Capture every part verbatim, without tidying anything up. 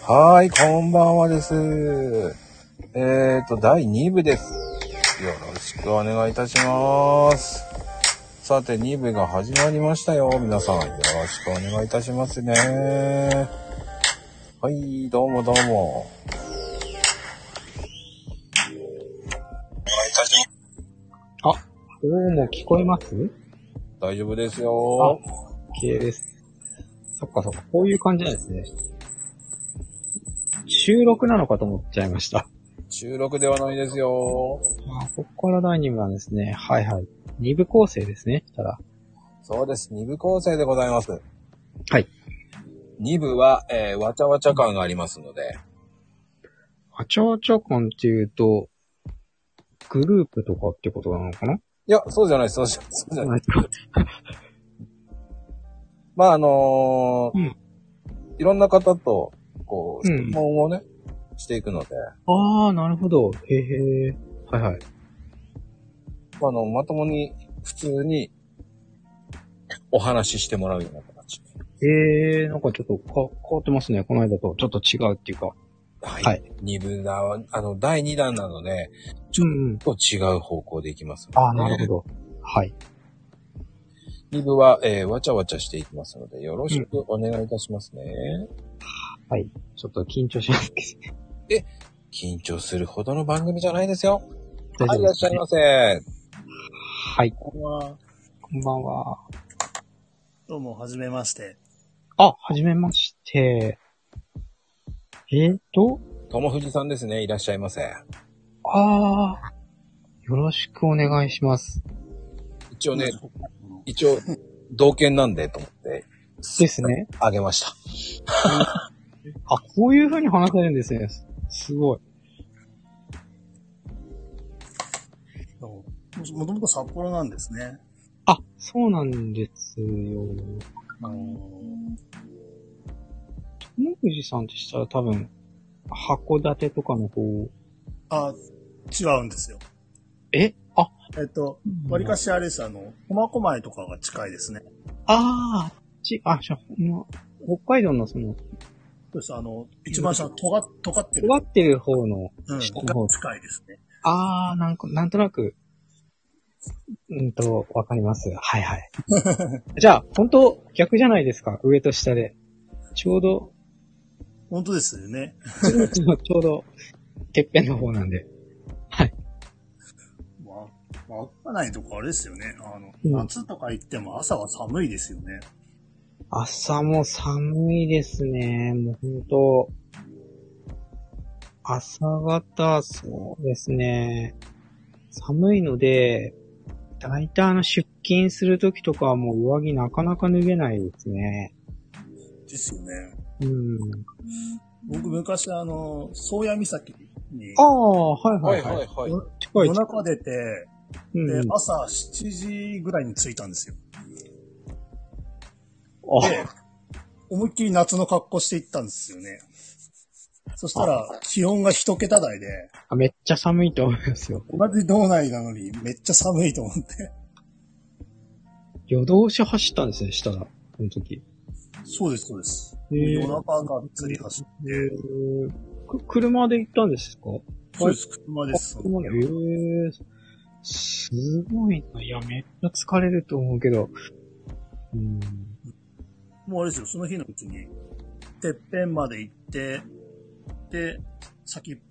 はーい、こんばんはです。えーと、だいに部です。よろしくお願いいたします。さて、に部が始まりましたよ。皆さん、よろしくお願いいたしますね。はい、どうもどうも。お願いいたします。あ、どうも聞こえます？ 大丈夫ですよ。 あ、OK です。そっかそっか、こういう感じなんですね。収録なのかと思っちゃいました。 収録ではないですよ。 あ、ここからだいに部なんですね。はいはい。に部構成ですね。したら。 そうです。に部構成でございます。 はい。 に部は、えー、わちゃわちゃ感がありますので。 わちゃわちゃ感っていうと、グループとかってことなのかな？いや、そうじゃないです。そうじゃないです。まあ、あのー、うん、いろんな方と、こう、質問をね、うん、していくので。 ああ、なるほど。へえ。はいはい。 あの、まともに、普通に、お話ししてもらうような形。 ええー、なんかちょっとか変わってますね。この間とちょっと違うっていうか。 はい。はい、に部だ、あの、だいにだんなので、ちょっと違う方向でいきますので、ね。 ああ、なるほど。はい。 に部は、えー、わちゃわちゃしていきますので、よろしくお願いいたしますね。うん、 はい。ちょっと緊張しますけど。 え、緊張するほどの番組じゃないですよ。 大丈夫です、ね。 はい、いらっしゃいませ。 はい。 こんばんは。 こんばんは。 どうも、はじめまして。 あ、はじめまして。えーと友藤さんですね。いらっしゃいませ。 ああ、よろしくお願いします。 一応ね、一応、同見なんでと思って。 ですね。 あげました。 あ、こういう風に話せるんですね。すごい。 もともと札幌なんですね。 あ、そうなんですよ。 あのー、 友藤さんってしたら多分、函館とかの方。 あ、違うんですよ。 えあ、 えっと、わりかしあれです、あの、苫小牧とかが近いですね。 ああ、ち、あ、じゃ、ま、北海道のその、 そうです、あの、一番下の尖、尖ってる。 尖ってる方の、 うん、 下の方。 近いですね。 ああ、なんか、なんとなく、うんと、わかります。はいはい。じゃあ、本当逆じゃないですか。上と下で。ちょうど。 本当ですよね。 ちょうど、てっぺんの方なんで。はい。 わ、わかんないとこあれですよね。あの、うん、夏とか行っても朝は寒いですよね。 朝も寒いですね。もう本当朝方、そうですね。寒いので、だいたいあの出勤するときとかはもう上着なかなか脱げないですね。 ですよね。 うん。 僕昔あの、宗谷岬に。 ああ、はいはいはい。はいはいはい、夜中出て、うんうん、で、朝しちじぐらいに着いたんですよ。で、思いっきり夏の格好して行ったんですよね。そしたら、気温が一桁台で。 あ、めっちゃ寒いと思いますよ。 同じ道内なのに、めっちゃ寒いと思って。 夜通し走ったんですね、したら、その時。 そうです、そうです。夜中がっつり走って。 く車で行ったんですか？ そうです、車です。 車で。えー、すごいな。いや、めっちゃ疲れると思うけど。 うん、もうあれですよ、その日のうちに、てっぺんまで行って、で、先。 へ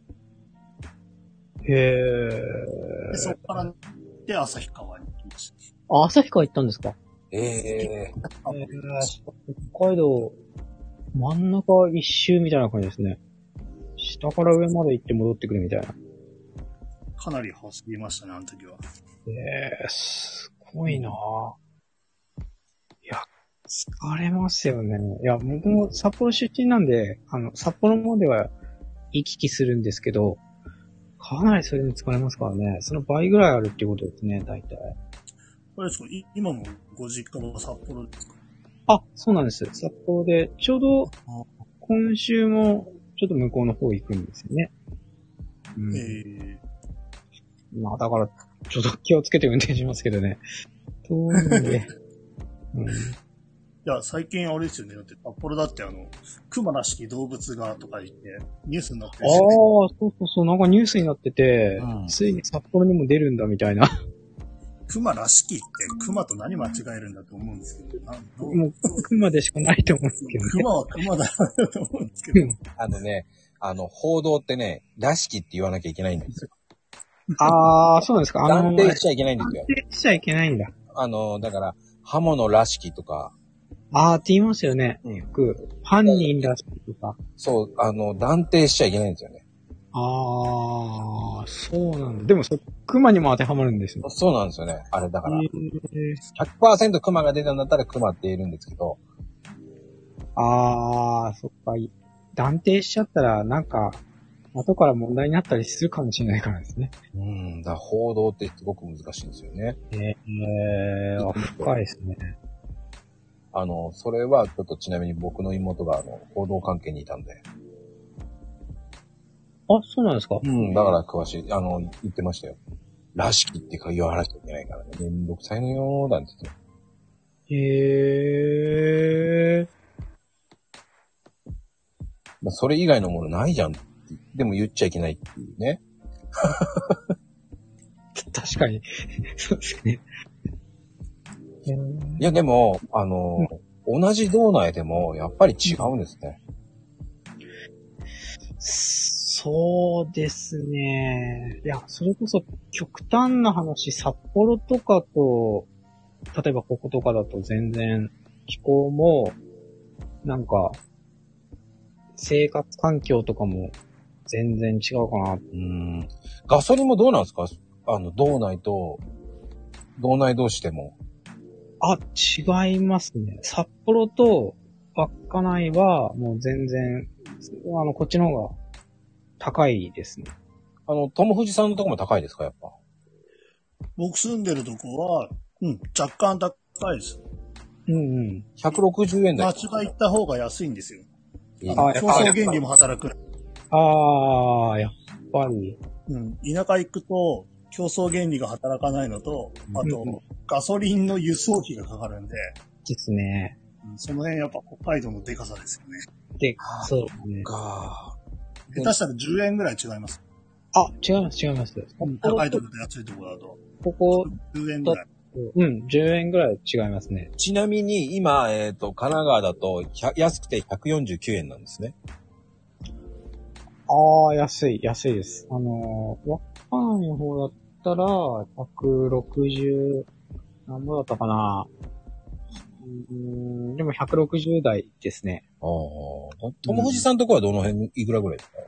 ー。 で、そこから、で、旭川に行きました。 あ、旭川行ったんですか？ ええー。 北海道、真ん中一周みたいな感じですね。下から上まで行って戻ってくるみたいな。 かなり走りましたね、あの時は。 えー、すごいなぁ。いや、疲れますよね。いや、僕も札幌出身なんで、あの、札幌までは行き来するんですけど、かなりそれに疲れますからね。その倍ぐらいあるっていうことですね、大体。 これですか、今もご実家は札幌ですか？ あ、そうなんです。札幌で、ちょうど、今週も、ちょっと向こうの方行くんですよね。 うん、えー、まあ、だから、ちょっと気をつけて運転しますけどね。遠いんで。うん、 いや、最近あれですよね。だって札幌だってあの、熊らしき動物がとか言ってニュースになってるああ、 し、 そうそうそう、なんかニュースになってて、 うんついに札幌にも出るんだみたいな。 熊らしきって熊と何間違えるんだと思うんですけど、なんどうもう、熊でしかないと思うんですけどね。 熊は熊だなと思うんですけど、 あのね、あの、報道ってね、らしきって言わなきゃいけないんですよ。 ああ、そうなんですか。あの断定しちゃいけないんですよ断。定しちゃいけないんだ。 あの、だから、刃物らしきとか、 ああって言いますよね。 うんよく、犯人らしいとか。 そう、あの、断定しちゃいけないんですよね。 ああ、そうなんだ。でもそ、熊にも当てはまるんですよ。 そうなんですよね。あれだから、 えーひゃくパーセント熊が出たんだったら熊って言えるんですけど、 ああ、そっか。断定しちゃったら、なんか、後から問題になったりするかもしれないからですね。 うん、だから報道ってすごく難しいんですよね。 ええー、深いですね。 あの、それはちょっとちなみに僕の妹があの、報道関係にいたんで。 あ、そうなんですか。 うん、だから詳しい。あの、言ってましたよ。らしきって言わなきゃいけないからね。めんどくさいのよー、なんて言って。 へえ。 まあ、それ以外のものないじゃんって。でも言っちゃいけないっていうね。 確かに。そうですね。 いや、でも、あの、同じ道内でも、やっぱり違うんですね。 そうですね。いや、それこそ極端な話、札幌とかと、例えばこことかだと全然気候も、なんか、生活環境とかも全然違うかな。 うーん。ガソリンもどうなんですか？あの、道内と、道内同士でも。 あ、違いますね。札幌と稚内はもう全然、あの、こっちの方が高いですね。 あの、友藤さんのとこも高いですか、やっぱ。 僕住んでるとこは、うん、若干高いです。 うんうん。 ひゃくろくじゅうえん台。 町が行った方が安いんですよ。 あ競争原理も働く。 ああ、やっぱり。 うん。田舎行くと、競争原理が働かないのと、あと、 うんガソリンの輸送費がかかるんで、 ですね。 うん、その辺やっぱ北海道のデカさですよね。 で、そうですね。 か下手したらじゅうえんぐらい違います。 あ、違います、違います。 高いところと安いところだと。 ここ、 じゅうえんぐらい。 うん、じゅうえんぐらい違いますね。 ちなみに、今、えっと、神奈川だと、ひゃ安くてひゃくよんじゅうきゅうえんなんですね。 ああ、安い、安いです。あのー、稚内の方だったら、ひゃくろくじゅう、何ぼだったかな。うーん、でもひゃくろくじゅう台ですね。 ああ。友藤さんのとこはどの辺、いくらぐらいですか？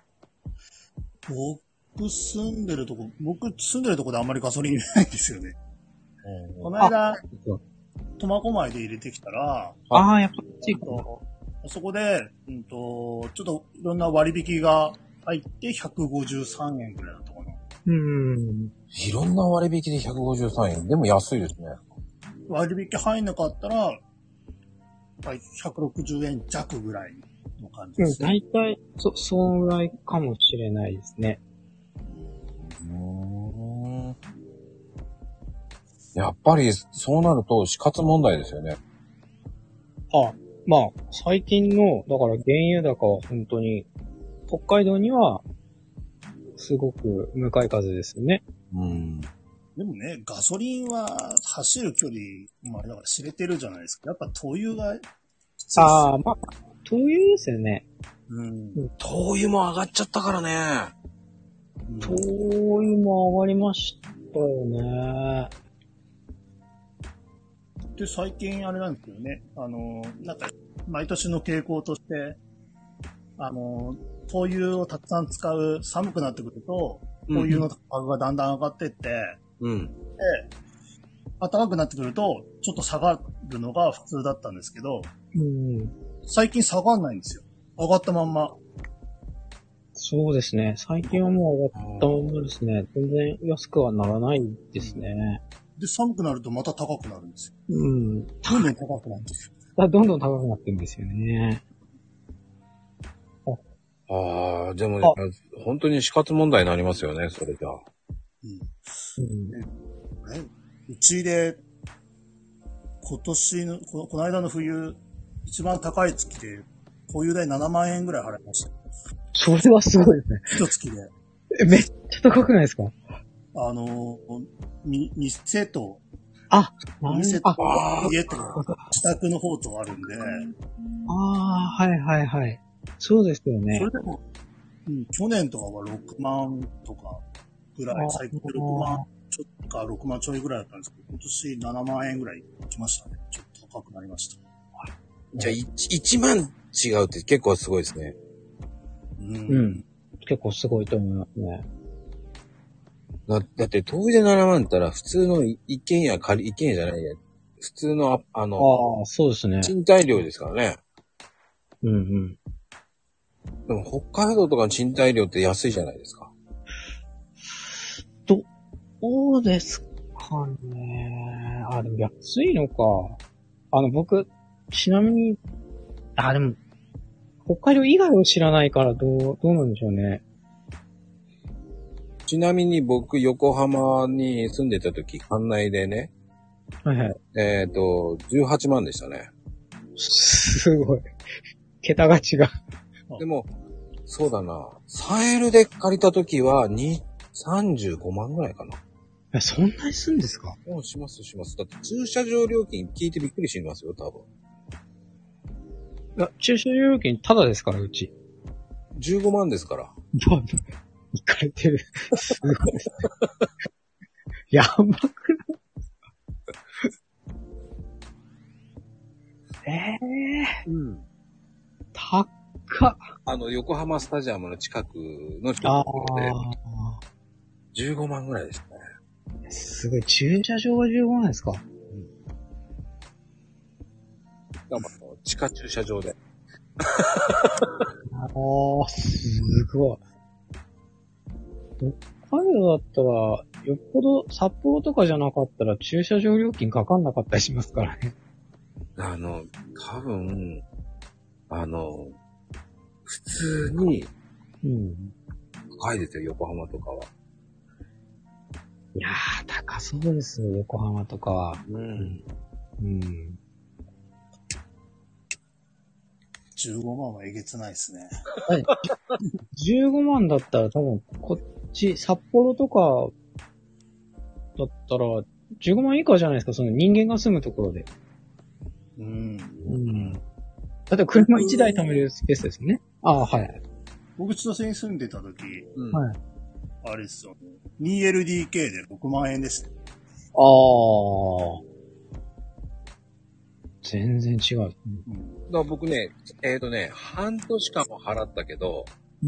僕住んでるとこ、僕住んでるとこであんまりガソリン入れないんですよね。この間、苫小牧で入れてきたら、 ああ、やっぱ安いかな。 そこで、うんと、ちょっといろんな割引が入ってひゃくごじゅうさんえんぐらいだったかな。 うーん。 いろんな割引でひゃくごじゅうさんえん。でも安いですね。 割引入んなかったら、ひゃくろくじゅうえん弱ぐらいの感じですね。 だいたい、そ、そのぐらいかもしれないですね。 うーん。やっぱり、そうなると死活問題ですよね。 あ、まあ、最近の、だから原油高は本当に、北海道には、すごく向かい風ですよね。 うん。 でもね、ガソリンは走る距離、まあだから知れてるじゃないですか。やっぱ灯油がきついです。 ああ、まあ、灯油ですよね。 うん。 灯油も上がっちゃったからね。 灯油も上がりましたよね。 で、最近あれなんですよね。あの、なんか、毎年の傾向として、あの、灯油をたくさん使う、寒くなってくると、灯油の価格がだんだん上がってって、 うん。 で、暖かくなってくると、ちょっと下がるのが普通だったんですけど、 うん。 最近下がんないんですよ。上がったまんま。 そうですね。最近はもう上がったままですね。全然安くはならないですね。 で、寒くなるとまた高くなるんですよ。 うん。 どんどん高くなるんですよ。 だどんどん高くなってるんですよね。 ああ、でも、 あ本当に死活問題になりますよね、それじゃあ。 うん。 うん。 えうちで、今年のこの、この間の冬、 一番高い月で、保有代ななまんえんぐらい払いました。 それはすごいですね。 一月で。 え、めっちゃ高くないですか？ あの、み、店と、 あ、 店とあ家と自宅の方とあるんで。 ああ、はいはいはい。そうですよね。 それでも、うん、去年とかはろくまんとかぐらい、最高でろくまんちょっとかろくまんちょいぐらいだったんですけど、今年ななまんえんぐらい来ましたね。ちょっと高くなりました。 じゃあいちまん違うって結構すごいですね。 うん。 うん。結構すごいと思いますね。 だ, だって遠いでななまんったら普通の一軒家借り、一軒家じゃないや。普通の、あの、 ああ、そうですね。 賃貸料ですからね。 うんうん。 でも北海道とかの賃貸料って安いじゃないですか。 どうですかね。あ、でも安いのか。あの、僕、ちなみに、あ、でも、北海道以外を知らないからどう、どうなんでしょうね。 ちなみに僕、横浜に住んでた時、館内でね、 はいはい。 えっと、じゅうはちまんでしたね。 すごい。桁が違う。 でも、そうだな。サンエルで借りた時は、に、さんじゅうごまんぐらいかな。 え、そんなにするんですか？ うん、しますします。だって駐車場料金聞いてびっくりしますよ、多分。 いや、駐車場料金タダですから、うち。 じゅうごまんですから。 どう行かれてる。すごい。やばくないええー。 うん。 高っ。 あの、横浜スタジアムの近くの近あくで、 あ。 じゅうごまんぐらいですね。 すごい。駐車場がじゅうごまんですか？うん。 だから地下駐車場で。 ああ、すごい。北海道だったら、よっぽど札幌とかじゃなかったら駐車場料金かかんなかったりしますからね。 あの、多分、あの、普通に、 うん。 高いですよ、横浜とかは。 いやー、高そうですよ、横浜とかは。 うん。 うん。 じゅうごまんはえげつないですね。 じゅうごまんだったら多分、こっち、札幌とか、だったら、じゅうごまん以下じゃないですか、その人間が住むところで。 うん。 うん。だって車いちだい貯めるスペースですね。ああ、はい。 僕千歳に住んでた時、 うん、 はい。 あれですよ、にエルディーケー でろくまんえんでした。 ああ。全然違う。うん、だから僕ね、えっとね、半年間も払ったけど、 うん。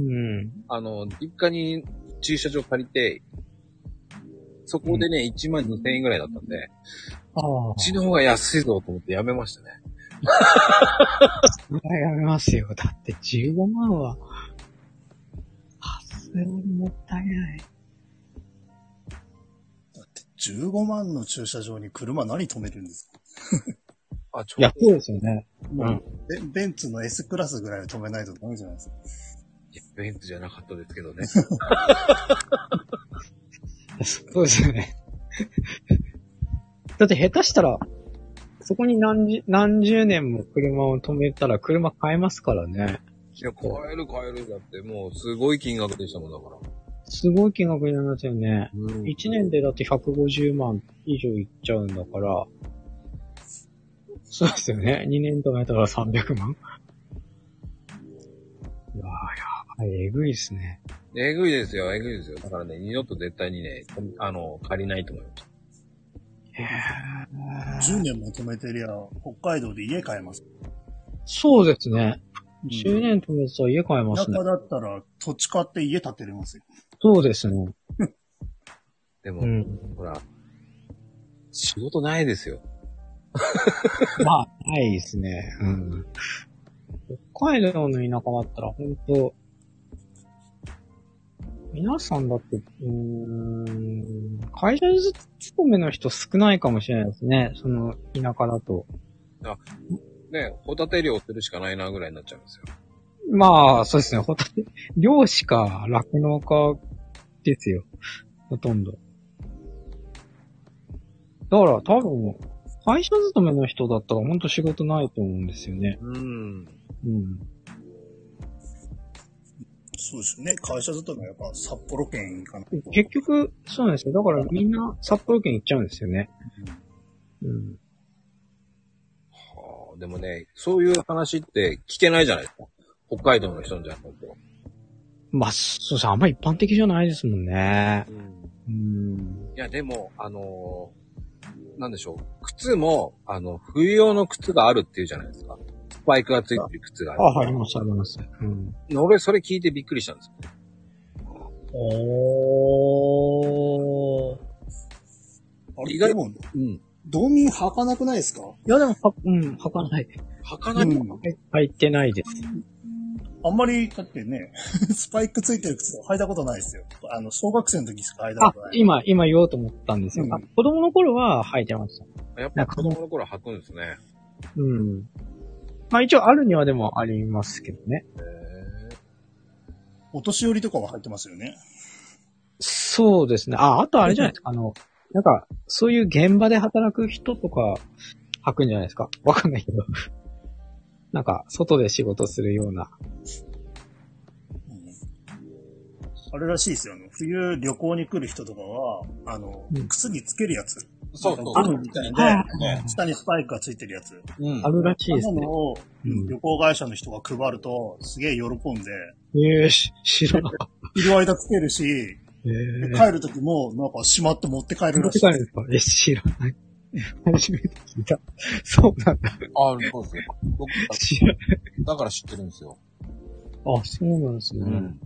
あの、実家に駐車場借りて、そこでね、うん、いちまんにせんえんぐらいだったんで、 ああ。 うちの方が安いぞと思ってやめましたね。 それはやめますよ。だってじゅうごまんは、さすがにもったいない。 だってじゅうごまんの駐車場に車何止めるんですか？ あ、ちょいや、そうですよね。 うん。ベ, ベンツの S クラスぐらいは止めないとダメじゃないですか。 いや、ベンツじゃなかったですけどね。 そうですよね。だって下手したら、そこに何十、何十年も車を止めたら車買えますからね。 いや、買える買える。だってもうすごい金額でしたもんだから。 すごい金額になりますよね。 うん、 いちねんでだってひゃくごじゅうまん以上いっちゃうんだから、そうですよね。にねん止めたらさんびゃくまん。いやー、やばい、えぐいですね。 えぐいですよ、えぐいですよ。だからね、二度と絶対にね、あの、借りないと思います。 へー。 じゅうねんも止めてりゃ、北海道で家買えます。 そうですね。じゅうねん止めてたら家買えますね。 田舎だったら土地買って家建てれますよ。 そうですね。 でも、 うん、 ほら、仕事ないですよ。 まあ、ないですね。うん。北海道の田舎だったら、ほんと、皆さんだって、うーん、会社勤めの人少ないかもしれないですね。その田舎だと。 あ、ね、ホタテ漁するしかないなぐらいになっちゃうんですよ。 まあ、そうですね。ホタテ、漁師か酪農家ですよ。ほとんど。だから多分、 会社勤めの人だったら本当仕事ないと思うんですよね。 うん。 うん。 そうですね。会社勤めはやっぱ札幌圏かな。 結局、そうなんですよ。だからみんな札幌県行っちゃうんですよね。うん。 はあ、でもね、そういう話って聞けないじゃないですか。北海道の人じゃないと。 まあ、そうさ、あんまり一般的じゃないですもんね。 うん。 うん。 いや、でも、あのー、なんでしょう。靴も、あの、冬用の靴があるっていうじゃないですか。スパイクがついてる靴がある。 あ、あります、あります。うん。 俺、それ聞いてびっくりしたんですよ。 おー。 あれ、 意外でも、 うん。 道民履かなくないですか？ いや、でも、は、うん、履かない。 履かない。 うん。 履いてないです。 あんまり、だってね、スパイクついてる靴履いたことないですよ。あの、小学生の時しか履いたあことな、い。 今、今言おうと思ったんですよ。 うんあ子供の頃は履いてました。 やっぱ子供の頃履くんですね。 うん。まあ一応あるにはでもありますけどね。 へお年寄りとかは履いてますよね。 そうですね。あ、あとあれじゃないですか。あの、なんか、そういう現場で働く人とか履くんじゃないですか。わかんないけど。なんか、外で仕事するような。 あれらしいですよね。冬旅行に来る人とかは、あの、 うん靴につけるやつ。 そうそうゴムみたいで、 はい下にスパイクがついてるやつ。 うんあ。るらしいですね。 そんなのを、 うん旅行会社の人が配ると、すげえ喜んで、 ええし、知らなかっいる間つけるし、 た。ええ帰る時も、なんかしまって持って帰るらしい。 持って帰るんですかえ、知らない。初めて聞いた。そうなんだ。 あ、そうですよ。僕、 知らない。 だから知ってるんですよ。 あ、そうなんですね。 うん。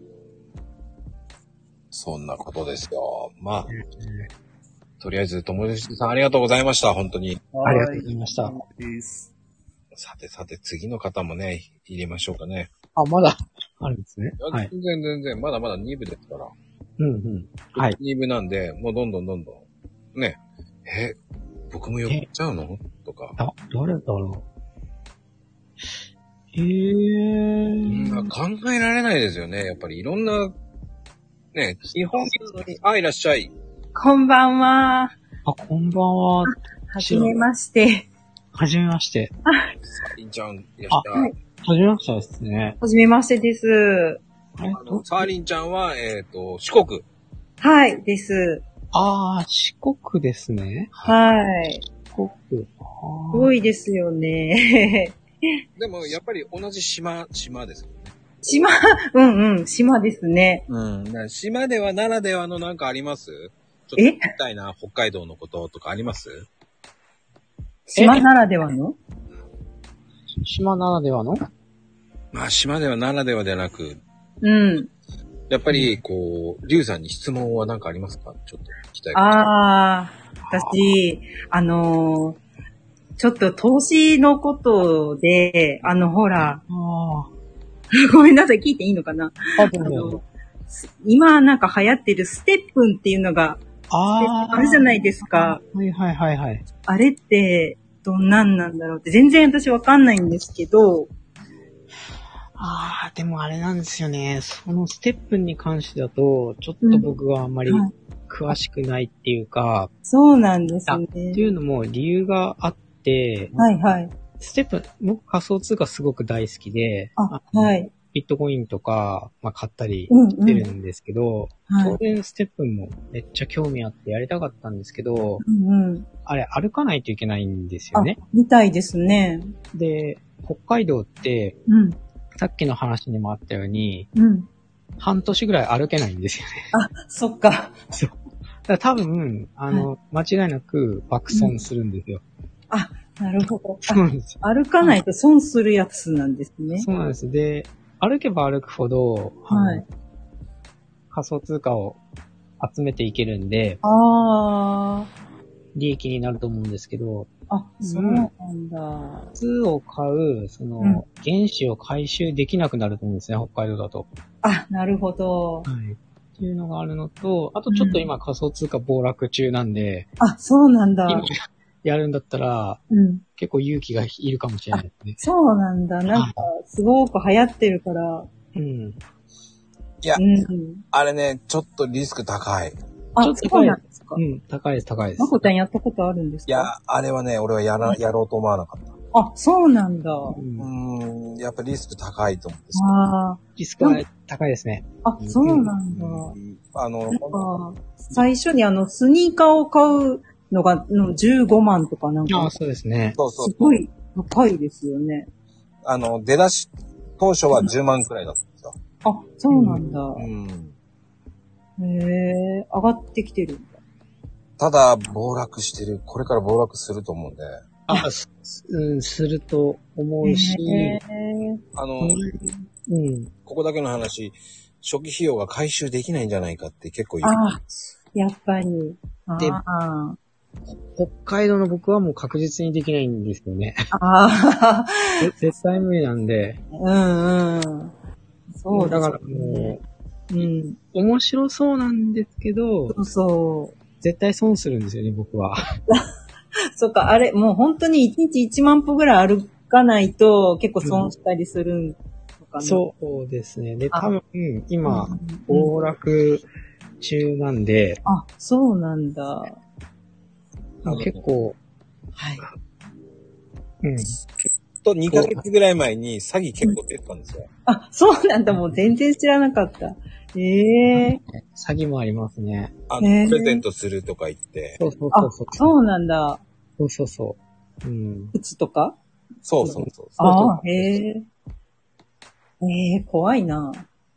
そんなことですよ。まあ、とりあえず、友達さんありがとうございました。本当に。 ありがとうございました。 はいですさてさて、次の方もね、入れましょうかね。 あ、まだあるんですね。はい。 全然全然、まだまだに部ですから。 うんうん。はい。 に部なんで、もうどんどんどんどん。ね。え、僕も呼っちゃうのとか。 あ、誰だろう。へえうんー。 考えられないですよね。やっぱりいろんな、ね、基本的に、あ、いらっしゃい。 こんばんは。 あ、こんばんは。 はじめまして。 はじめまして。 サーリンちゃん、いらっしゃい。 はじめましてですね。 はじめましてです。 あれあのサーリンちゃんは、えっと、四国。 はい、です。 あー、四国ですね。 はい。 四国。 すごいですよね。 でも、やっぱり同じ島、島ですよね。 島、うんうん、島ですね。 うん。な島ではならではのなんかありますちょっとえ聞きたいな、北海道のこととかあります島ならではの島ならではのまあ、島ではならではではなく、 うん。 やっぱり、こう、リュウさんに質問は何かありますかちょっと聞きたい。 ああ、私、あのーちょっと投資のことで、あの、ほら、 あごめんなさい、聞いていいのかなー。あ、どあうぞ。 の、今なんか流行ってるステップンっていうのがあー。 あるじゃないですか。 はいはいはいはい。 あれって、どんなんなんだろうって、全然私わかんないんですけど、 あー、でもあれなんですよね。そのステップに関してだと、ちょっと僕はあんまりはい詳しくないっていうか、 そうなんですあね。 っていうのも理由があって、 はいはい。 ステップ、僕仮想通貨すごく大好きで、 あ、はい。 ビットコインとか、まあ、買ったりうんしてるんですけど、 はい。 当然ステップもめっちゃ興味あってやりたかったんですけど、 うんうん。 あれ歩かないといけないんですよあね。、 みたいですね。 で、北海道って、 うん。 さっきの話にもあったように、 うん。 半年ぐらい歩けないんですよね。 あ、そっか。 そう。だから多分、あの、間違いなく爆損するんですよ。 あ、なるほど。 そうなんですよ。 あ、歩かないと損するやつなんですね。 そうなんです。で、歩けば歩くほど、あのはい仮想通貨を集めていけるんで、 あ利益になると思うんですけど、 あ、あ、そうなんだ。 靴を買う、その、 うん原資を回収できなくなると思うんですね、北海道だと。 あ、なるほど。 はい。っていうのがあるのと、あとちょっと今仮想通貨暴落中なんで、 あ、そうなんだ。 今やるんだったら、 うん。 結構勇気がいるかもしれないですね。 そうなんだ。なんか、すごく流行ってるから。 うん。 いやうん。 あれね、ちょっとリスク高い。 あ、 ちょっとそうなんですか。 うん、高いです、高いですま。こちゃんやったことあるんですか？ いや、あれはね、俺はやら、やろうと思わなかった。 あ、そうなんだ。 ううんーん、やっぱリスク高いと思うんですあリスクは高いですね。 あ、あ、そうなんだ。 うんあの、 なんか、最初にあの、スニーカーを買うのが、のじゅうごまんとかなんかああ、、そうですね。 そうそうすごい高いですよね。 あの、出だし、当初はじゅうまんくらいだったんですよ。 あ、そうなんだ。 うん。 へえ、上がってきてるんだ。 ただ、暴落してる。これから暴落すると思うんで。 あ、す、うん、すると思うし、 へーあの、 うん。 ここだけの話、初期費用が回収できないんじゃないかって結構言う。 あ、やっぱり。 でああ。 北海道の僕はもう確実にできないんですよね。 ああ。 ぜ絶対無理なんで。 うんうん。そうだからね。 もうん。 う、面白そうなんですけどそ、うそう。 絶対損するんですよね、僕は。 そっか、あれ、もう本当にいちにちいちまん歩ぐらい歩かないと結構損したりするのかな。 そうですね。で、 あ多分、今、 うん暴落中なんで、 あ、そうなんだ。 あの結構、 はい。 うん。 とにかげつぐらい前に詐欺結構出てたんですよ。 あ、そうなんだ。もう全然知らなかった。ええ詐欺もありますね。 あの、 へープレゼントするとか言って。 そうそうあそうそう。、 そうなんだ。 そうそうそう。うん。 靴とかそうそうそう。 ああ、へえ。ええ怖いな。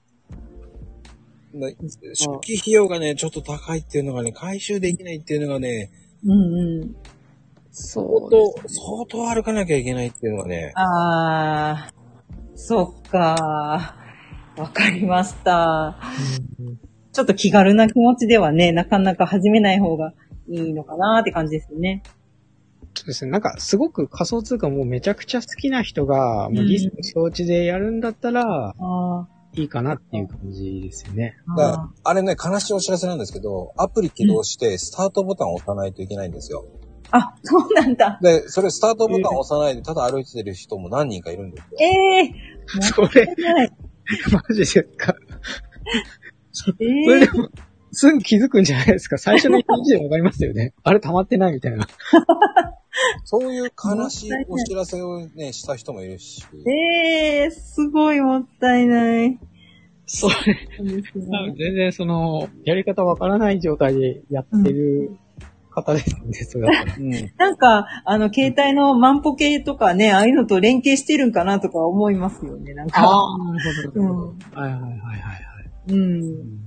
な初期費用がね、ちょっと高いっていうのがね、回収できないっていうのがね、 うんうん。 相そう当、相当歩かなきゃいけないっていうのがね、 ああ、そっか。わかりました。 うんちょっと気軽な気持ちではね、なかなか始めない方がいいのかなって感じですよね。 そうですね。なんか、すごく仮想通貨もうめちゃくちゃ好きな人が、もうリスク承知でやるんだったら、 あいいかなっていう感じですよね。 あ、 だからあれね、悲しいお知らせなんですけど、アプリ起動してスタートボタンを押さないといけないんですよ。 あ、そうなんだ。 で、それスタートボタンを押さないで、ただ歩いてる人も何人かいるんですよ。 ええそれ、 ない。 マジですか。 えそれえでも、すぐ気づくんじゃないですか。最初の一日でわかりますよね。あれ溜まってないみたいな。 そういう悲しいお知らせをね、した人もいるし。 ええすごいもったいない。 それ、 そうですね全然その、やり方わからない状態でやってる方ですね、それだったら。 うん。 なんか、あの、携帯の万歩計とかね、ああいうのと連携してるんかなとか思いますよね、なんか。 ああ、なるほど。 うん。 はいはいはいはいはい。 うん。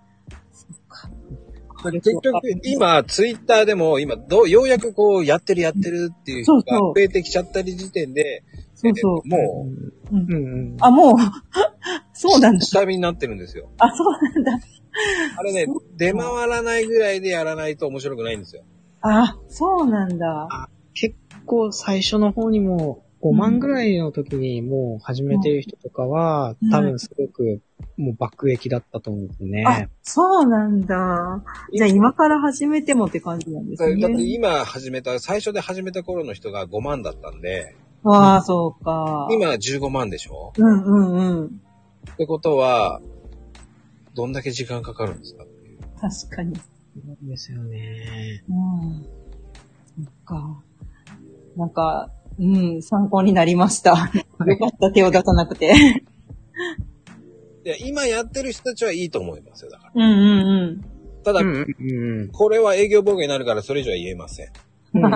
結局、今、ツイッターでも、今、どう、ようやくこう、やってるやってるっていう人がそうそう増えてきちゃったり時点で、 そうそう。 えもうんうんうん。 あ、もう、そうなんう、 だ。 下火になってるんですよ。 あ、そうなんだ。 あれね、出回らないぐらいでやらないと面白くないんですよ。 あ、そうなんだ。 結構最初の方にもごまんぐらいの時にもう始めてる人とかは、 うん多分すごくもう爆撃だったと思うんですよあね。、 そうなんだ。じゃあ今から始めてもって感じなんですだってね。 今始めた、最初で始めた頃の人がごまんだったんで、 わあ、そうか。 今じゅうごまんでしょうんうんうん。 ってことは、どんだけ時間かかるんですかっていう。 確かに。 そうですよね。 うん。そっか。なんか、うん、参考になりました。よかった、手を出さなくて。 いや、今やってる人たちはいいと思いますよ、だから。 うんうんただ、 うんうんうん。 これは営業妨害になるからそれ以上は言えません。 うん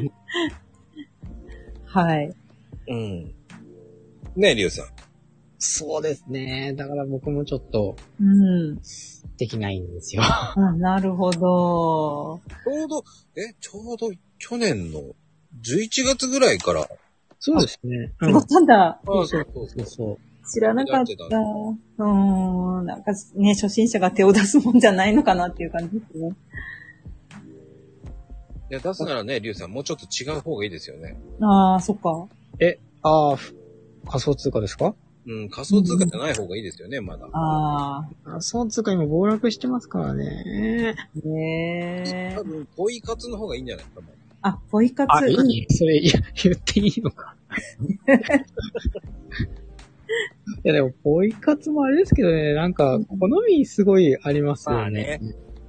はい。 うん。ねえ、リュウさん。 そうですね。だから僕もちょっとうん。 できないんですよ。 あ、なるほど。 ちょうど、え、ちょうど去年のじゅういちがつぐらいから。 そうですね。 すごったんだ。 そうそうそうそうそう。 知らなかった。うーん。なんかね、初心者が手を出すもんじゃないのかなっていう感じですね。 いや、出すならね、リュウさん、もうちょっと違う方がいいですよね。 ああ、そっか。 え、ああ、仮想通貨ですか？ うん、仮想通貨じゃない方がいいですよね、まだ。 ああ。 仮想通貨今暴落してますからね。 ねえ多。分、ポイ活の方がいいんじゃないかな。 あ、ポイ活。 あ、いいそれ、いや、言っていいのか。いや、でも、ポイ活もあれですけどね、なんか、好みすごいありますよね。 まあね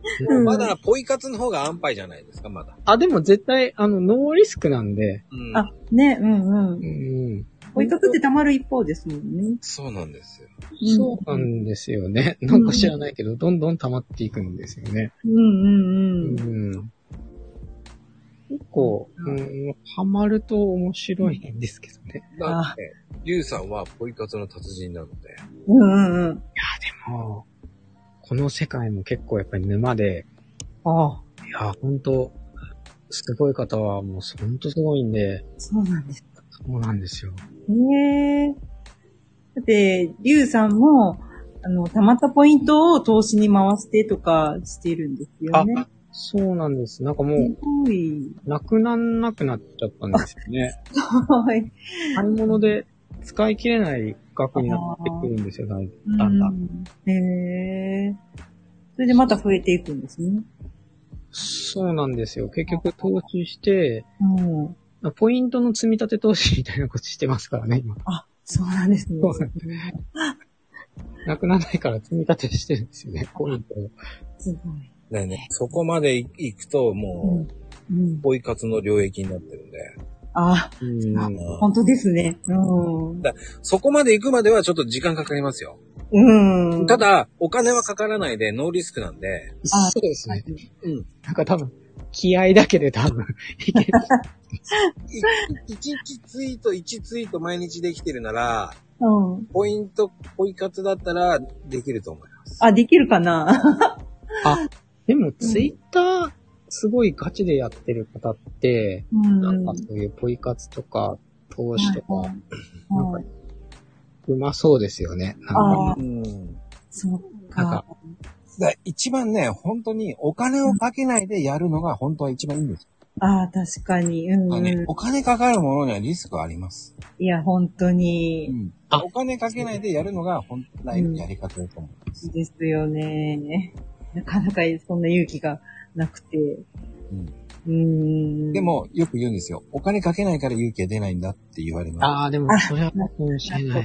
うんまだポイ活の方が安牌じゃないですか、まだ。 あ、でも絶対、あの、ノーリスクなんで。 うん。 あ、ね、うんうんう。ん。 ポイ活って溜まる一方ですもんね。 そうなんですよ。 そうなんですよね。なんか知らないけど、どんどん溜まっていくんですよね。 うんうんうん。 うん。結構、うん、ハマると面白いんですけどね。 だって、リュウさんはポイ活の達人なので。 うんうんうん。 いや、でも、この世界も結構やっぱり沼で、 ああ、 いや、ほんと、すごい方はもうほんとすごいんで、 そうなんです。 そうなんですよ。 へえ。だって、リュウさんも、あの、たまったポイントを投資に回してとかしてるんですよね。 そうなんです。なんかもすう、 ごい。 なくなんなくなっちゃったんですよね。 はい。 買い物で使い切れない額になってくるんですよ、だんだんだん。 うんへえ。それでまた増えていくんですね。 そうなんですよ。結局投資して、 うん。 ポイントの積み立て投資みたいなことしてますからね、今。 あ、そうなんですね。 そうなんですなくならないから積み立てしてるんですよね、ポイントを。 すごい。 だよね。そこまで行くと、もうん。うんう、。ポイ活の領域になってるんで。 あ、 うん本当ですね。うん。 そこまで行くまではちょっと時間かかりますよ。 うん。 ただ、お金はかからないで、ノーリスクなんで。 あそうですね。 うん。 なんか多分、気合だけで多分、いける。 いちツイート、いちツイート毎日できてるなら、 うん。 ポイント、ポイ活だったらできると思います。 あ、できるかなあ、でもツイッター、すごいガチでやってる方って、 うん。 なんかそういうポイ活とか、投資とか、 はいなんか、うまそうですよね。なんかああ、 うん。 そっなんかか。 だ一番ね、本当にお金をかけないでやるのが本当は一番いいんですよ。 ああ、確かに。うん、 あのねうお金かかるものにはリスクあります。 ん。いや、本当に。 ん。 あお金かけないでやるのが本来のやり方だと思います。 ですよね。なかなかそんな勇気がなくて。 うんうーん。 で、も、よく言うんですよ。お金かけないから勇気が出ないんだって言われます。 ああ、でもそれはかもしれない。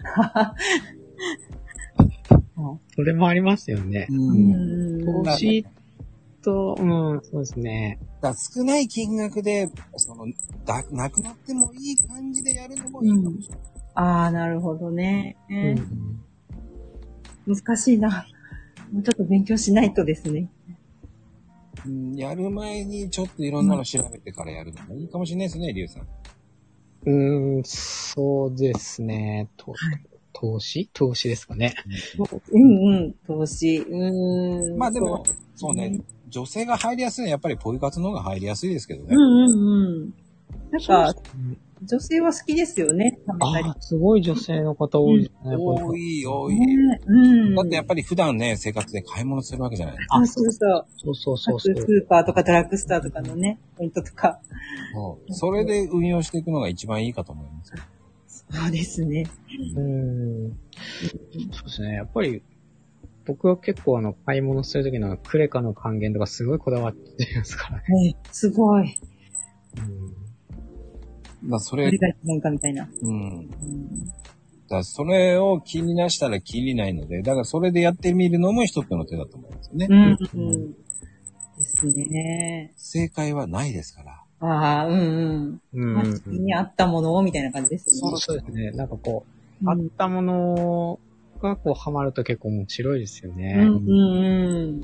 それもありますよね。 ううん。 ん。 投資と、うん、そうですね。 だから少ない金額で、その、だ、なくなってもいい感じでやるのもいいかもしれない。 ああ、なるほどね。 うん難しいな。もうちょっと勉強しないとですね。 うん、やる前にちょっといろんなの調べてからやるのもいいかもしれないですね、リュウさん。 うーん、そうですね。と投資投資ですかね。 うんうん。投資。うーん。 まあでも、 そそうね、女性が入りやすいのはやっぱりポイ活の方が入りやすいですけどね。 うんうんうん。なんか、女性は好きですよね。食べたりああ、すごい女性の方多いですね。 多い、多い。 ね。うん。 だってやっぱり普段ね、生活で買い物するわけじゃない。 あ、そうそう。 そうそうあとそうそう。 スーパーとかドラッグストアとかのね、ポイントとか。 そうそれで運用していくのが一番いいかと思いますよ。 そうですね。 うーん。そうですね。やっぱり、僕は結構あの、買い物するときのクレカの還元とかすごいこだわってますからね。 はい。すごい。 うんだそれどれ、が一番かみたいな。 うん。 うん。 だそれを気になしたら気にないので、だからそれでやってみるのも一つの手だと思いますよね。 うん。うん。ですね。 正解はないですから。 ああ、うんうん。 うんまあ、自分に合ったものをみたいな感じですね。 そうそうですね。なんかこう、 うんあったものがこうハマると結構面白いですようね。 んうんうん。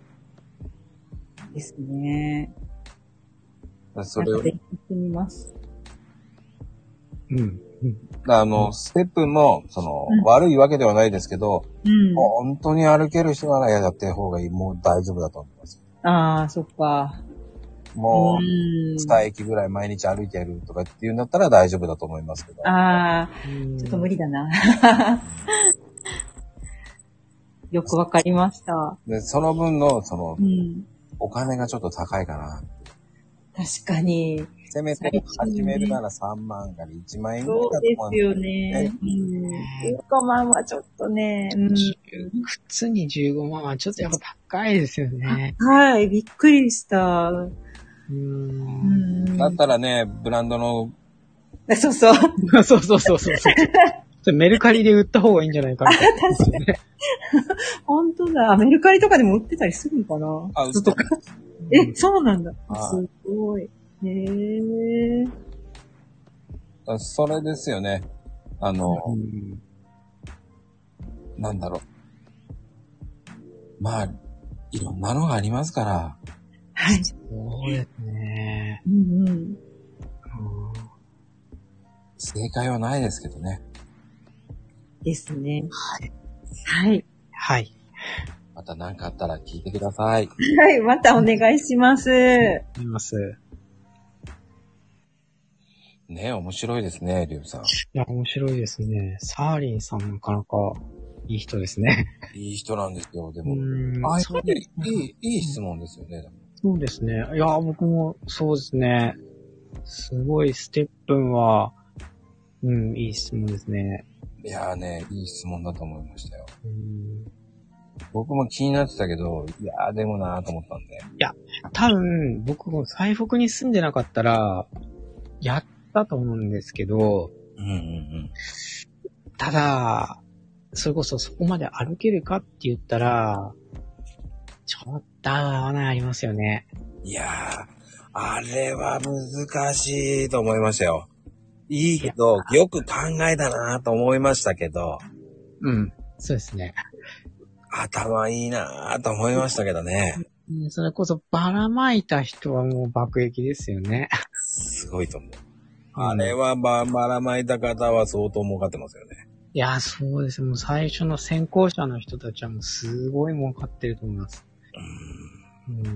ですね。 だからそれを、 勉強してみます。 うん。うん。 あの、ステップも、その、 うん悪いわけではないですけど、 うん。 本当に歩ける人ならやってる方がいい。もう大丈夫だと思います。 ああ、そっか。 もう、 うん。 に駅ぐらい毎日歩いてやるとかっていうんだったら大丈夫だと思いますけど。 ああ、 うんちょっと無理だな。よくわかりました。 で、その分の、そのう、ん。 お金がちょっと高いかな。 確かに。 せめて始めるならさんまんからいちまん円ぐらそいうだと思ですよね。うん。じゅうごまんはちょっとね。うん。 靴にじゅうごまんはちょっとやっぱ高いですよね。 はい、びっくりした。 う。 うんん。 だったらね、ブランドのそうそう。 そうそうそうそうそう。 それメルカリで売った方がいいんじゃないかみたいな。 確かに。本当だ。メルカリとかでも売ってたりするのかな。 あ、嘘とか。 え、そうなんだ。 はいすごい。へえ。 それですよね。あの、 うんなんだろう。まあ、いろんなのがありますから、 はい。 そうですね。 うんうん。 うん正解はないですけどね。 ですね。 はい。 はい。 はい。 また何かあったら聞いてください。 はい。またお願いします。 あります。 ね、面白いですね、リュウさん。 いや、面白いですね。サーリンさんなかなかいい人ですね。 いい人なんですよ、でうも。 ーん。 ああそういういい、いい質問ですよね。でもそうですね。いや、僕もそうですね。すごいステップンは、うん、いい質問ですね。 いやーね、いい質問だと思いましたよ。 うん僕も気になってたけど、いやーでもなーと思ったんで。 多分、僕も最北に住んでなかったら、やったと思うんですけど、 うんうんうん。 ただ、それこそそこまで歩けるかって言ったら、ちょっと合わないありますよね。 いやー、あれは難しいと思いましたよ。いいけど、よく考えたなーと思いましたけど、 うん。そうですね。 頭いいなーと思いましたけどね。 うんそれこそばらまいた人はもう爆撃ですよね。 すごいと思う。 うんあれはば、ばらまいた方は相当儲かってますよね。 いや、そうです。もう最初の先行者の人たちはもうすごい儲かってると思います。うん。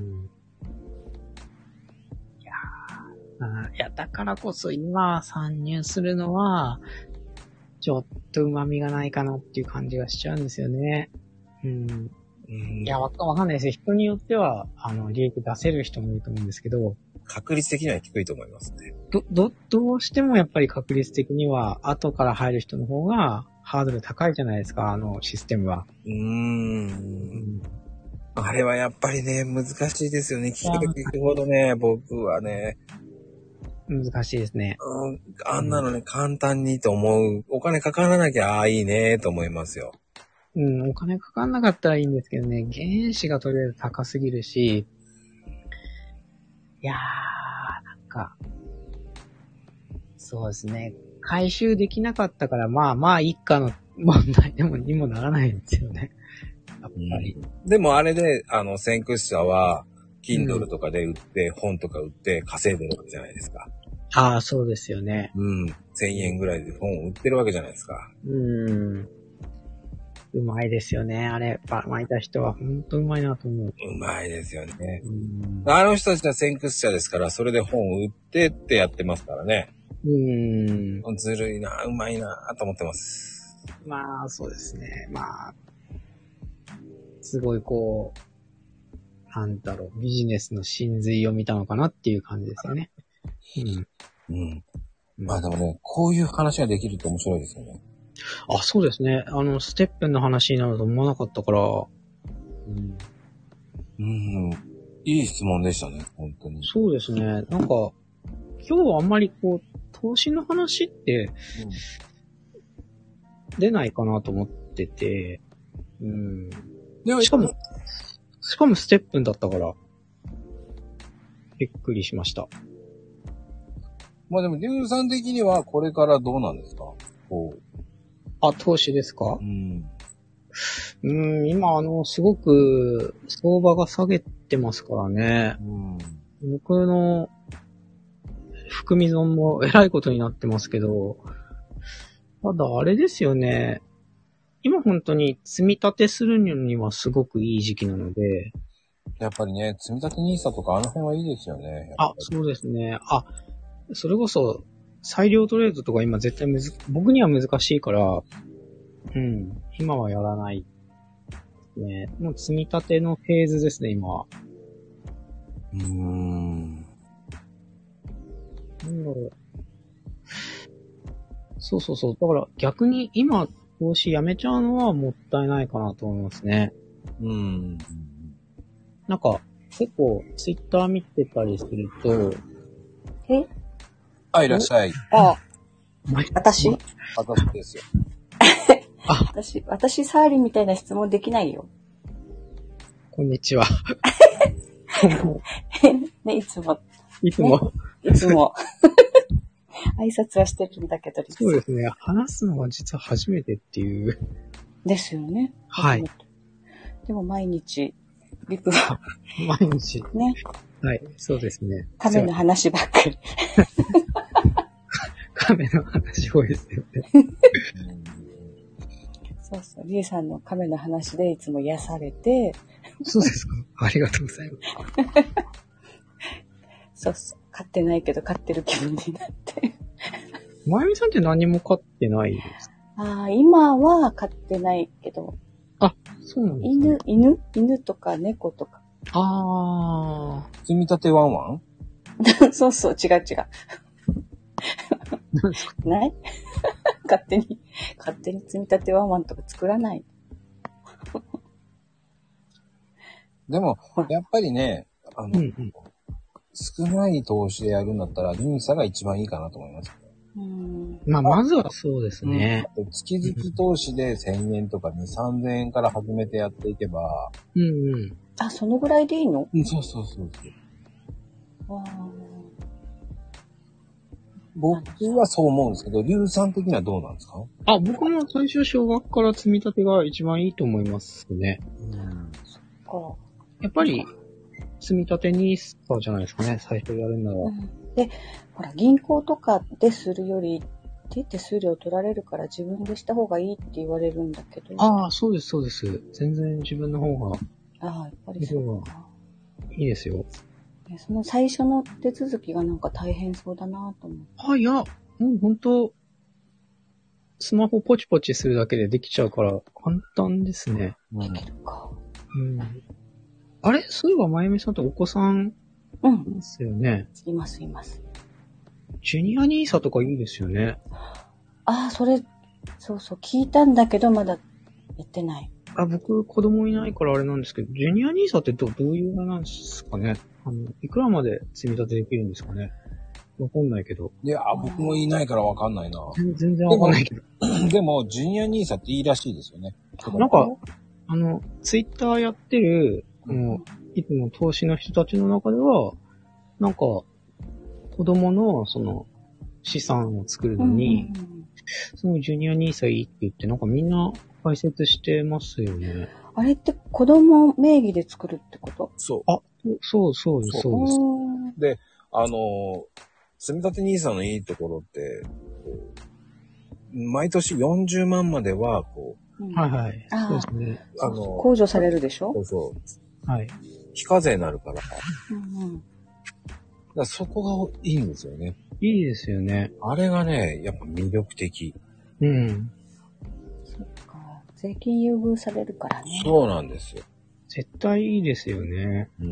いやーあーいや、だからこそ今参入するのは、ちょっと旨味がないかなっていう感じがしちゃうんですよね。うん。 うんいや、わかわかんないですよ。人によっては、あの、利益出せる人もいると思うんですけど、 確率的には低いと思いますね。 ど、ど、どうしてもやっぱり確率的には、後から入る人の方が、ハードル高いじゃないですか、あのシステムは。 うーん。あれはやっぱりね、難しいですよね。聞けば聞くほどね、僕はね、 難しいですね。 うん、あんなのね、簡単にと思う。お金かからなきゃ、ああ、いいね、と思いますよ。 うん、お金かかんなかったらいいんですけどね、原資がとりあえず高すぎるし、いやー、なんか、そうですね、回収できなかったから、まあまあ、一家の問題でもにもならないんですよね。やっぱり。 でもあれで、あの、先駆者は、Kindle とかで売って、本とか売って稼いでるわけじゃないですか。 ああ、そうですよね。 うん。せんえんぐらいで本を売ってるわけじゃないですか。 うん。うまいですよね。あれ、ば巻いた人は本当うまいなと思う。 うまいですよね。 うん。 あの人たちは先駆者ですから、それで本を売ってってやってますからね。 うん。 ずるいな、うまいな、と思ってます。 まあ、そうですね。まあ、すごいこう、なんだろう、ビジネスの真髄を見たのかなっていう感じですよね。うん。 うん。まあでもね、こういう話ができると面白いですよね。 あ、そうですね。あの、ステップンの話になると思わなかったから、うん、 うん。いい質問でしたね、本当に。 そうですね。なんか、今日はあんまりこう、投資の話って出ないかなと思ってて、うん。 でしかも、しかもステップンだったから、びっくりしました。 まあでも、リュウさん的にはこれからどうなんですか？こう。 あ、投資ですか？ うん。 うん、今あの、すごく相場が下げてますからね。 うん。 僕の含み損も偉いことになってますけど、ただあれですよね。今本当に積み立てするにはすごくいい時期なので。 やっぱりね、積み立てニーサとかあの辺はいいですよね。 あ、そうですね。あ、それこそ、裁量トレードとか今絶対むず、僕には難しいから、うん、今はやらない。ね。もう積み立てのフェーズですね、今は。 うーん。 なんだろう。そうそうそう。だから逆に今投資やめちゃうのはもったいないかなと思いますね。 うん。 なんか結構ツイッター見てたりすると、 えあ、いらっしゃい。 あ、 ま私私ですよ。 あ、 私、私、サーリンみたいな質問できないよ。 こんにちは。 ね、いつも。 いつも。 ね、いつも。挨拶はしてるんだけど。 そうですね。話すのは実は初めてっていう。 ですよね。 はい。 でも毎日、リプは。 毎日。 ね。 はい、そうですね。 亀の話ばっかり。 亀の話多いですよね。 そうそう。リエさんの亀の話でいつも癒されて。 そうですか。ありがとうございます。 そうそう。飼ってないけど飼ってる気分になって。 まゆみさんって何も飼ってないですか？ ああ、今は飼ってないけど。 あ、そうなんですね。 犬、犬犬とか猫とか。 あー。積み立てワンワンそうそう、違う違う。ない勝手に、勝手に積み立てワンワンとか作らない。 でも、やっぱりね、あの、うんうん、少ない投資でやるんだったら、ニーサが一番いいかなと思います。 うん、まあ、まずはそうですね。 うん、月々投資でせんえんとかに、さんぜんえんから始めてやっていけば。 うんうん。あ、そのぐらいでいいの？ うん、そうそうそうそう。僕はそう思うんですけど、リュウさん的にはどうなんですか？ あ、僕も最初少額から積み立てが一番いいと思いますね。うん。そっか。やっぱり、積み立てニーサじゃないですかね、最初やるなら。うん、 で、ほら、銀行とかでするより、手手数料取られるから自分でした方がいいって言われるんだけど。 ああ、そうです、そうです。全然自分の方が。 ああ、やっぱりそうか。 いいですよ。 その最初の手続きがなんか大変そうだなと思って。 あ、いや、もうほんと、スマホポチポチするだけでできちゃうから簡単ですね。 できるか。 うん。あれそういえば、まゆみさんとお子さん、 うん。 いますよね。 います、います。 ジュニアニーサとかいいですよね。 ああ、それ、そうそう、聞いたんだけど、まだやってない。 あ、僕、子供いないからあれなんですけど、ジュニアニーサってどどういうのなんですかね？あの、いくらまで積み立てできるんですかね？わかんないけど。 いや、僕もいないからわかんないな。 全然わかんないけど。 でも、ジュニアニーサっていいらしいですよね。 なんか、あの、ツイッターやってる、あの、いつも投資の人たちの中では、なんか、子供の、その、資産を作るのに、うんうんうん、そのジュニアニーサいいって言って、なんかみんな解説してますよね。 あれって子供名義で作るってこと？ そう。 あ、そうそうです、そうです。 で、あの、積み立てニーサのいいところって、毎年よんじゅうまんまでは、こう、うん、はいはい。そうですね。 あの、控除されるでしょ？ そうそう。 はい。 非課税になるから。 うんうん。 だからそこがいいんですよね。 いいですよね。 あれがね、やっぱ魅力的。 うん。 そっか。税金優遇されるからね。 そうなんですよ。 絶対いいですよね。 うん。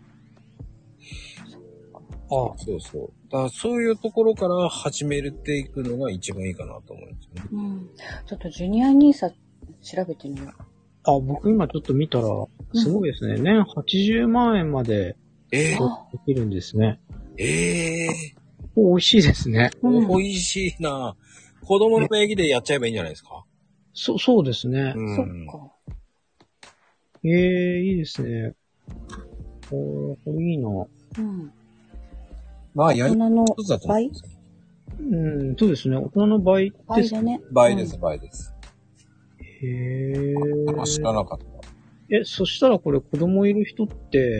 ああ、そうそう。だからそういうところから始めていくのが一番いいかなと思うんですよね。 うん。ちょっとジュニアニーサ調べてみよう。 あ、僕今ちょっと見たら、すごいですね。うん、年はちじゅうまんえんまで、 えー、 できるんですね。 ええー。美味しいですね。 うん、美味しいな。子供の名義でやっちゃえばいいんじゃないですか？ そ、そうですね。 うん、そっか。 ええー、いいですね。これ、いいな。 うん。 まあ、やり大人の倍？ うん、そうですね。大人の倍です。 倍だね。 倍です、倍です。 へえ。 知らなかった。 え、そしたらこれ子供いる人って、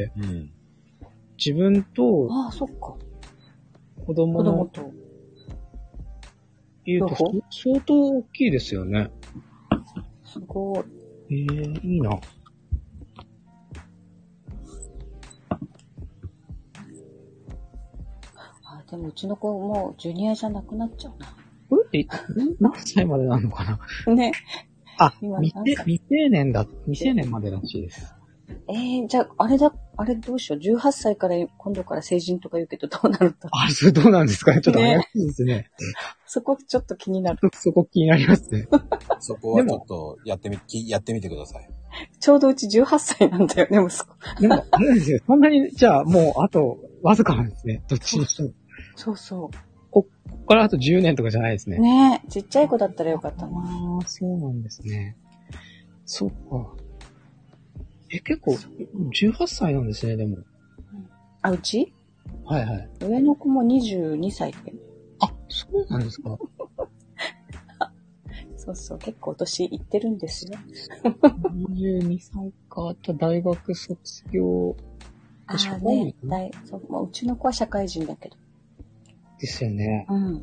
うん、 自分と、 ああ、そっか。 子供の、 子供と、 言うと相当大きいですよね。 すごい。ええー、いいな。 あ、でもうちの子もうジュニアじゃなくなっちゃうな。 これって何歳までなのかな？ ね。 あ、未成、未成年だ、未成年までらしいです。 ええー、じゃあ、あれだ、あれどうしよう。じゅうはっさいから今度から成人とか言うけどどうなると。 あ、それどうなんですかね？ちょっと怪しいですね。ねそこちょっと気になる。 そこ気になりますね。 そこはちょっとやってみ、やってみてください。 ちょうどうちじゅうはっさいなんだよね、息子。 でも、あれですよ。そんなに、じゃあもうあとわずかなんですね。どっちにしても。 そうそう。 こ、 こからあとじゅうねんとかじゃないですね。 ねえ、ちっちゃい子だったらよかったな。 ああ、そうなんですね。そっか。え、結構、じゅうはっさいなんですね、でも。 あ、うちはいはい。 上の子もにじゅうにさいで。 あ、そうなんですか。 そうそう、結構年いってるんですよ。 にじゅうにさいか。あと大学卒業。 ああ社会ね、 人だいそう、もううちの子は社会人だけど。 ですよね。 うん。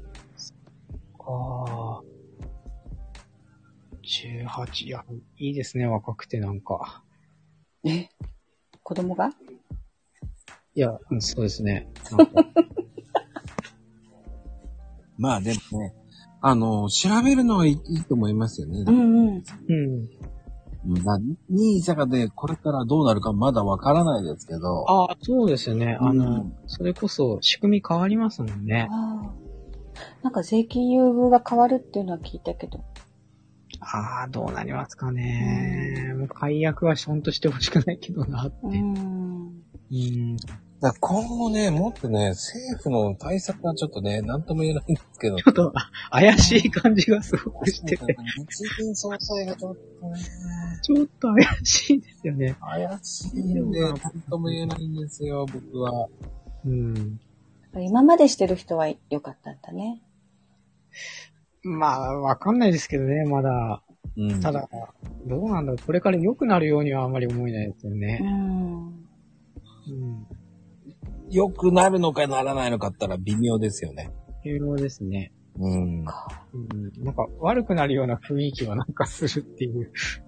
ああ。じゅうはち、いや、いいですね、若くてなんか。 え子供がいや、うんそうですね。なんかまあでもね、あの、調べるのはいいいいと思いますよね。 うんうん。 うん。 まあ、ニーサがね、これからどうなるかまだわからないですけど。 ああ、そうですよね。あの、 うんそれこそ仕組み変わりますもんね。 ああ。なんか税金優遇が変わるっていうのは聞いたけど。 ああ、どうなりますかね。もう解約はほんとしてほしくないけどなって。 うーん。 うん。 だから今後ね、もっとね、政府の対策がちょっとね、なんとも言えないんですけど。 ちょっと、あ怪しい感じがすごくしてて。 日銀総裁がちょっとね、 ちょっと怪しいですよね。 怪しいんで、なんとも言えないんですよ、僕は。 うん。 今までしてる人は良かったんだね。 まあ、わかんないですけどね、まだ。 うん、 ただ、どうなんだろう。これから良くなるようにはあまり思えないですようね。 ん。 うん。 良くなるのかならないのかったら微妙ですよね。 有料ですね。 うん。 うん。なんか、悪くなるような雰囲気はなんかするっていう。うん。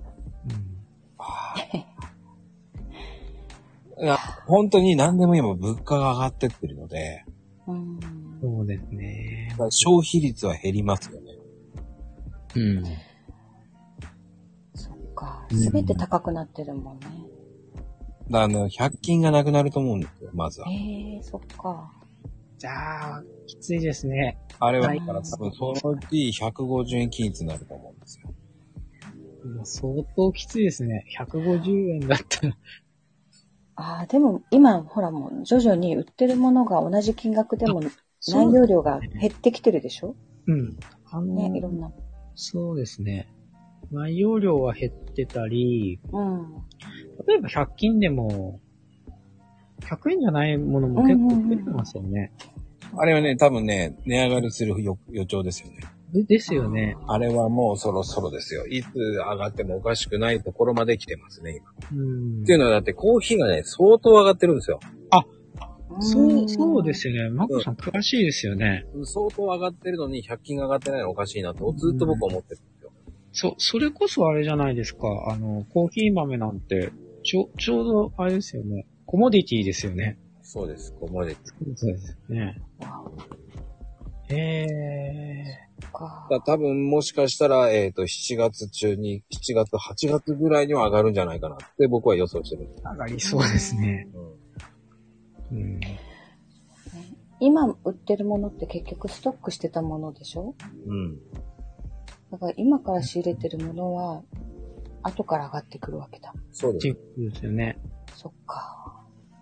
いや、本当に何でも今物価が上がってってるので、 うん。 そうですね。 消費率は減りますよね。 うん。 そっか。すべて高くなってるもんね。 だからあの、ひゃく均がなくなると思うんですよ、まずは。 ええー、そっか。 じゃあ、きついですね。 あれは、 はいだから多分そのうちひゃくごじゅうえん均一になると思うんですよ。 もう相当きついですね。ひゃくごじゅうえんだったら。 ああ、でも今、ほらもう徐々に売ってるものが同じ金額でも内容量が減ってきてるでしょうん。あの、 ね、いろんな。 そうですね。内容量は減ってたり、 うん。 例えばひゃく均でも、ひゃくえんじゃないものも結構出てますよね。 あれはね、多分ね、値上がりする予予兆ですよね。 でですよね。 あれはもうそろそろですよ。いつ上がってもおかしくないところまで来てますね、今。 うん。 っていうのはだってコーヒーがね、相当上がってるんですよ。 そう、そうですよね。マコさん詳しいですよね。 相当上がってるのにひゃく均が上がってないのおかしいなと、ずっと僕は思ってるんですよ。 そ、それこそあれじゃないですか。あの、コーヒー豆なんて、ちょ、ちょうどあれですよね。コモディティですよね。 そうです、ここまで。 そうですね。へえか。 だ多分もしかしたら、えっと、しちがつ中に、しちがつ、はちがつぐらいには上がるんじゃないかなって僕は予想してるんです。 ー。上がりそうですね。 うんうん。 今売ってるものって結局ストックしてたものでしょうん。 だから今から仕入れてるものは、後から上がってくるわけだ。 そうです。 っていうことですよね。 そっか。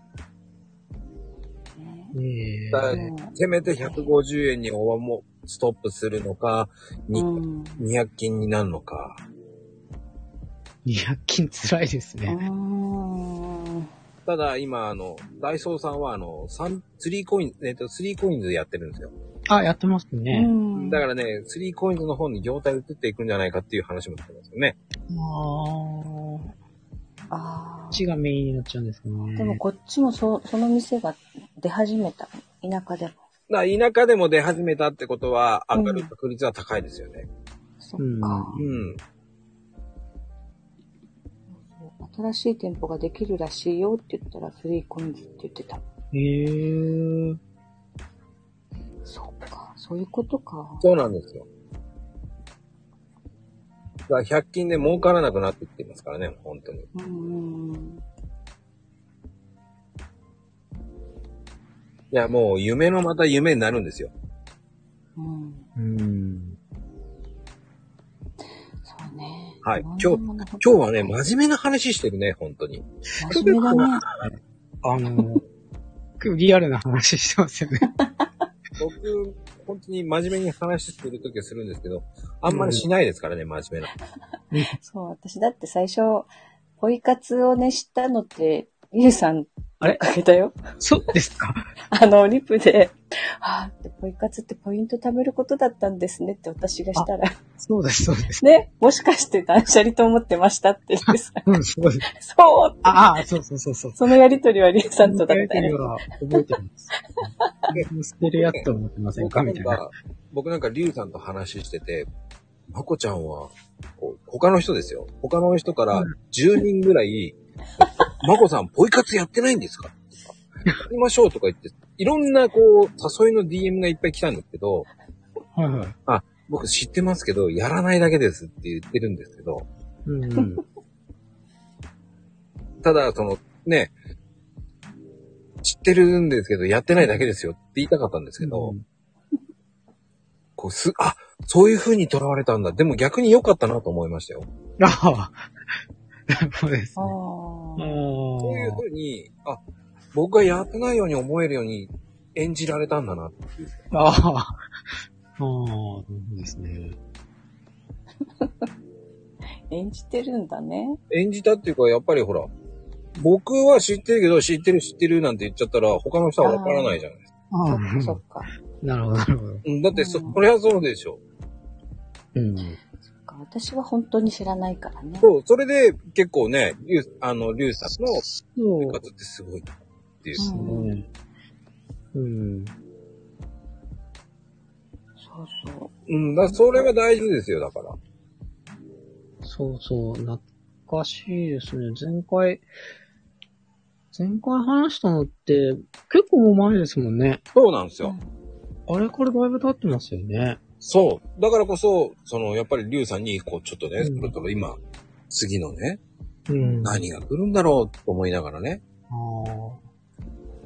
ねええだからうんせめてひゃくごじゅうえんにおわもストップするのか、にうん。 にひゃく均になるのか。 にひゃく均辛いですうね。 ーん。 ただ今、あの、ダイソーさんはあの、三、スリーコイン、えっと、スリーコインズやってるんですよ。 あ、やってますうね。 ん。 だからね、スリーコインズの方に業態移っていくんじゃないかっていう話もしてますよね。 ああ。 ああこっ。ちがメインになっちゃうんですかね。 でもこっちもそ、その店が出始めた。田舎でも。 だから田舎でも出始めたってことは、上がる確率は高いですよね。 そっか。 うん。 新しい店舗ができるらしいよって言ったら、スリーコインズって言ってた。 へえ。 そっか。そういうことか。 そうなんですよ。だからひゃく均で儲からなくなっていってますからね、本当に。 うんうん。 いや、もう夢のまた夢になるんですよ。 うん。 うん。 そうね。 はい。 今今日、今日はね、真面目な話してるね、本当に。 真面目だね。 あの、リアルな話してますよね。 僕、 本当に真面目に話するときはするんですけど、あんまりしないですからね、真面目な。 そう、私だって最初、ポイ活をね、知ったのって、リュウさんのおかげだよ。 そうですか。 あの、リプで、ああ、ポイ活ってポイント貯めることだったんですねって私がしたら。 そうです、そうです。 ね、もしかして断捨離と思ってましたって言ってさ。 うん、そうです。 そうってああ、そうそうそうそう。 そのやりとりはリュウさんとだったやりとりよ。 は覚えてます。捨てるやつと思ってませんかみたいな。 僕なんかリュウさんと話してて、まこちゃんは、こう他の人ですよ。他の人からじゅうにんぐらい、まこさんポイ活やってないんですかやりましょうとか言って、いろんなこう、誘いの ディーエム がいっぱい来たんですけど、 はいはい。 あ、僕知ってますけど、やらないだけですって言ってるんですけど、 うんうん、 ただ、その、ね、知ってるんですけど、やってないだけですよって言いたかったんですけど、うん、こうす、あ、そういう風に囚われたんだ。でも逆に良かったなと思いましたよ。 ああ。そうですね。 そういう風に、あ、僕がやってないように思えるように演じられたんだなっていう。 ああ。ああ、そうですね。 演じてるんだね。 演じたっていうか、やっぱりほら、僕は知ってるけど、知ってる知ってるなんて言っちゃったら、他の人はわからないじゃないですか。 ああ、そっか。 なるほど、なるほど。 うん、だってそ、うん、それはそうでしょ。 うん。 私は本当に知らないからね。 そう、それで結構ね、リュウ、あの、リュウさんの生活ってすごいっていう。 そうね。うん。 そうそう。 うん、だそれは大事ですよ、だから。 そうそう、懐かしいですね。前回、前回話したのって結構もう前ですもんね。 そうなんですよ。 うん、あれこれだいぶ経ってますよね。 そう。だからこそ、その、やっぱりリュウさんに、こう、ちょっとね、そろそろ今、次のね、うん、何が来るんだろうと思いながらね。ああ。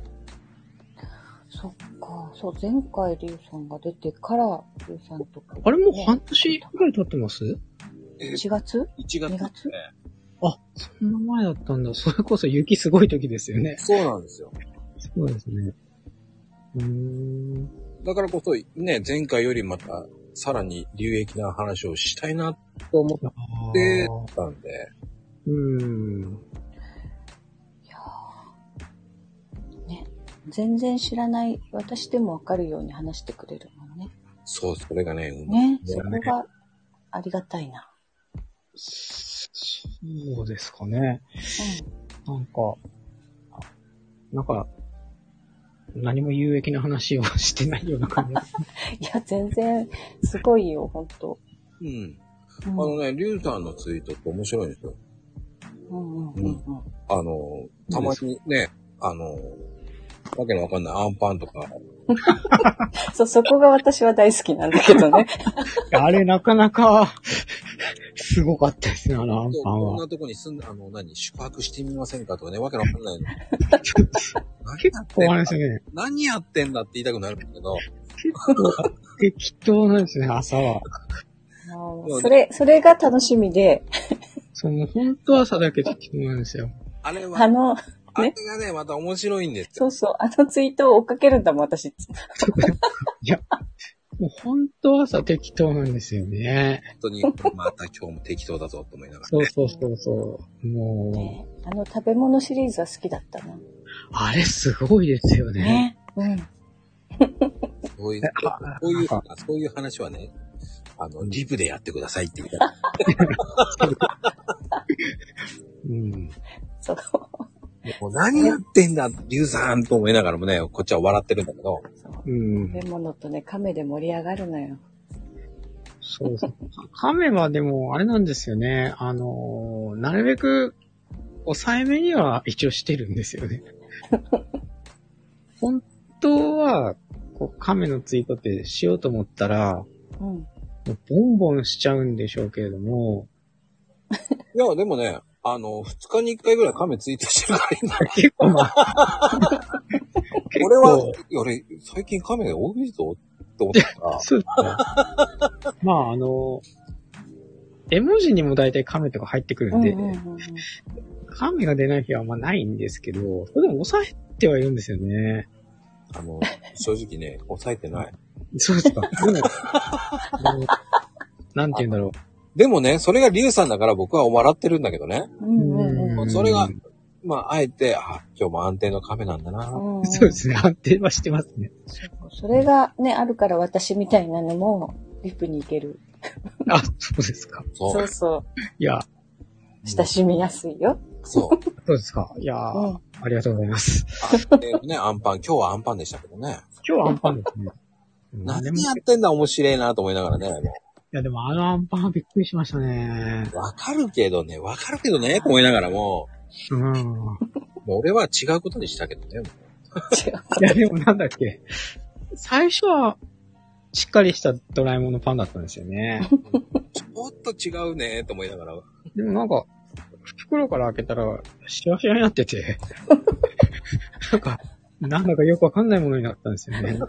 そっか。そう、前回リュウさんが出てから、リュウさんと、ね。 あれもう半年くらい経ってます ?いちがつ ?いちがつ、ね。 にがつあ、そんな前だったんだ。それこそ雪すごい時ですよね。 そうなんですよ。 そうですね。うーん。 だからこそ、ね、前回よりまた、さらに有益な話をしたいな、と思ってたんで。 うーん。 いやー。ね。全然知らない私でもわかるように話してくれるもんね。 そう、それがね、 うね、そこがありがたいな。 そうですかね。うん、なんか、なんか、何も有益な話をしてないような感じ。いや、全然、すごいよ、ほんと。 うん。うん、あのね、リュウさんのツイートって面白いんですよ。 うんうんうんうん。 あの、たまにね、あの、わけのわかんないアンパンとか。 そう、そこが私は大好きなんだけどね。 あれなかなか、すごかったですね、あのアンパンは。 こんなとこに住んで、あの、何、宿泊してみませんかとかね、わけのわかんないの。 結構あれですね。 何やってんだって言いたくなるんだけど。 結構適当なんですね、朝は。 それ、それが楽しみで。 そう、もう本当朝だけ適当なんですよ。 あれは、 あの、ね、 あれがね、また面白いんですよ。そうそう、あのツイートを追っかけるんだもん、私。いや、もう本当朝適当なんですよね。 本当に、また今日も適当だぞと思いながら、 ね。そうそうそうそう。もう、 ね。あの食べ物シリーズは好きだったな。 あれすごいですよね。 ね。うん。 そういう、そういう、そういう話はね、あの、リプでやってくださいって言う。 うん。 そう。 もう何やってんだ、リュウさんと思いながらもね、こっちは笑ってるんだけど。 うん。食べ物とね、亀で盛り上がるのよ。 そうそう。亀はでも、あれなんですよね。あのー、なるべく、抑えめには一応してるんですよね。本当は、こう、亀のツイートってしようと思ったら、うん、もうボンボンしちゃうんでしょうけれども。 いや、でもね、あの、二日に一回ぐらい亀ツイートしてるからいいんだよ。 結構まあ。 俺は、俺、最近亀が多いぞって思ったから。 そうですね。まあ、あの、絵文字にも大体亀とか入ってくるんで、うんうんうんうん、亀が出ない日はあんまないんですけど、それでも抑えてはいるんですよね。 あの、正直ね、抑えてない。 そうですか。でも、でもなんて言うんだろでもね、それがリュウさんだから僕は笑ってるんだけどね。 うんうんう。 うん。 それが、まあ、あえて、あ、今日も安定のカフェなんだな。 うんうんそうですね。安定はしてますね。 そうそれがね、あるから私みたいなのも、リップに行ける。 あ、そうですか。 そ。 そううそいや、 う。親しみやすいよ。 そう。 そうですか。いやー、 うんありがとうございます。 あえーね、アンパン。今日はアンパンでしたけどね。 今日はアンパンですね。うん何でもいやってんだ面白いなと思いながらね。もや、でもあのアンパンはびっくりしましたね。 うわかるけどね、わかるけどね、と思いながらも、 うん。 もう俺は違うことにしたけどね。も違う。 いや、でもなんだっけ。最初は、しっかりしたドラえもんのパンだったんですよね。 うちょっと違うね、と思いながら。 でもなんか、袋から開けたら、シワシワになってて、なんか、なんだかよくわかんないものになったんですよね。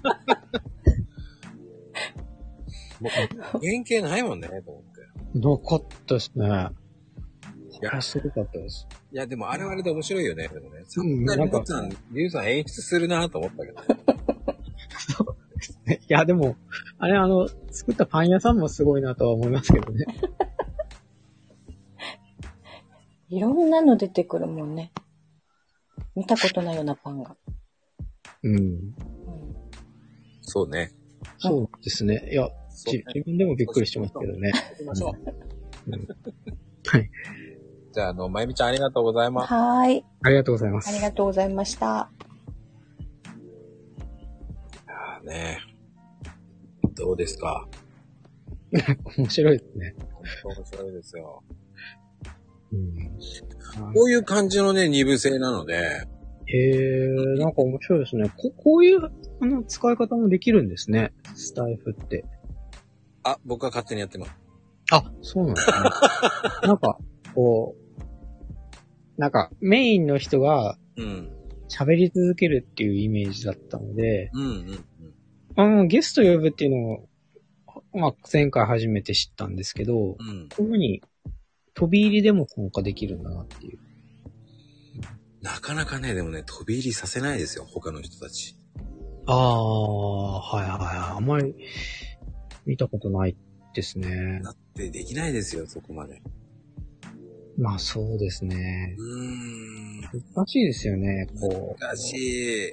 もう、原型ないもんね、と思って。 なかったですね。 いやあ、すごかったです。 いや、でもあれはあれで面白いよね。でもね。そうんんなになんかリュウさん、リュウさん演出するなと思ったけど。 いや、でも、あれあの、作ったパン屋さんもすごいなとは思いますけどね。 いろんなの出てくるもんね。見たことないようなパンが。 うん。 うんそうね。 そうですね。いや、 そうじ自分でもびっくりしてますけどね。 行きましょう。 うんはい。 じゃあ、あの、まゆみちゃんありがとうございます。 はーい。 ありがとうございます。 ありがとうございました。 あねどうですか？ 面白いですね。 本当面白いですよ。 うん。 こういう感じのね、二部制なので、 へえ、なんか面白いですね。ここういうあの使い方もできるんですね。スタイフって。 あ、僕は勝手にやってます。 あ、そうなんですね。なんか、こう、なんかメインの人がうん。 喋り続けるっていうイメージだったので、 うんうんうん。 あの、ゲスト呼ぶっていうのを、まあ、前回初めて知ったんですけど、こうん。 ういう風に飛び入りでも参加できるんだなっていう。 なかなかね、でもね、飛び入りさせないですよ、他の人たち。 ああ、はいはいはい。あんまり見たことないですね。 だってできないですよ、そこまで。 まあそうですね。 うーん。 難しいですよね、こ難しい。 う。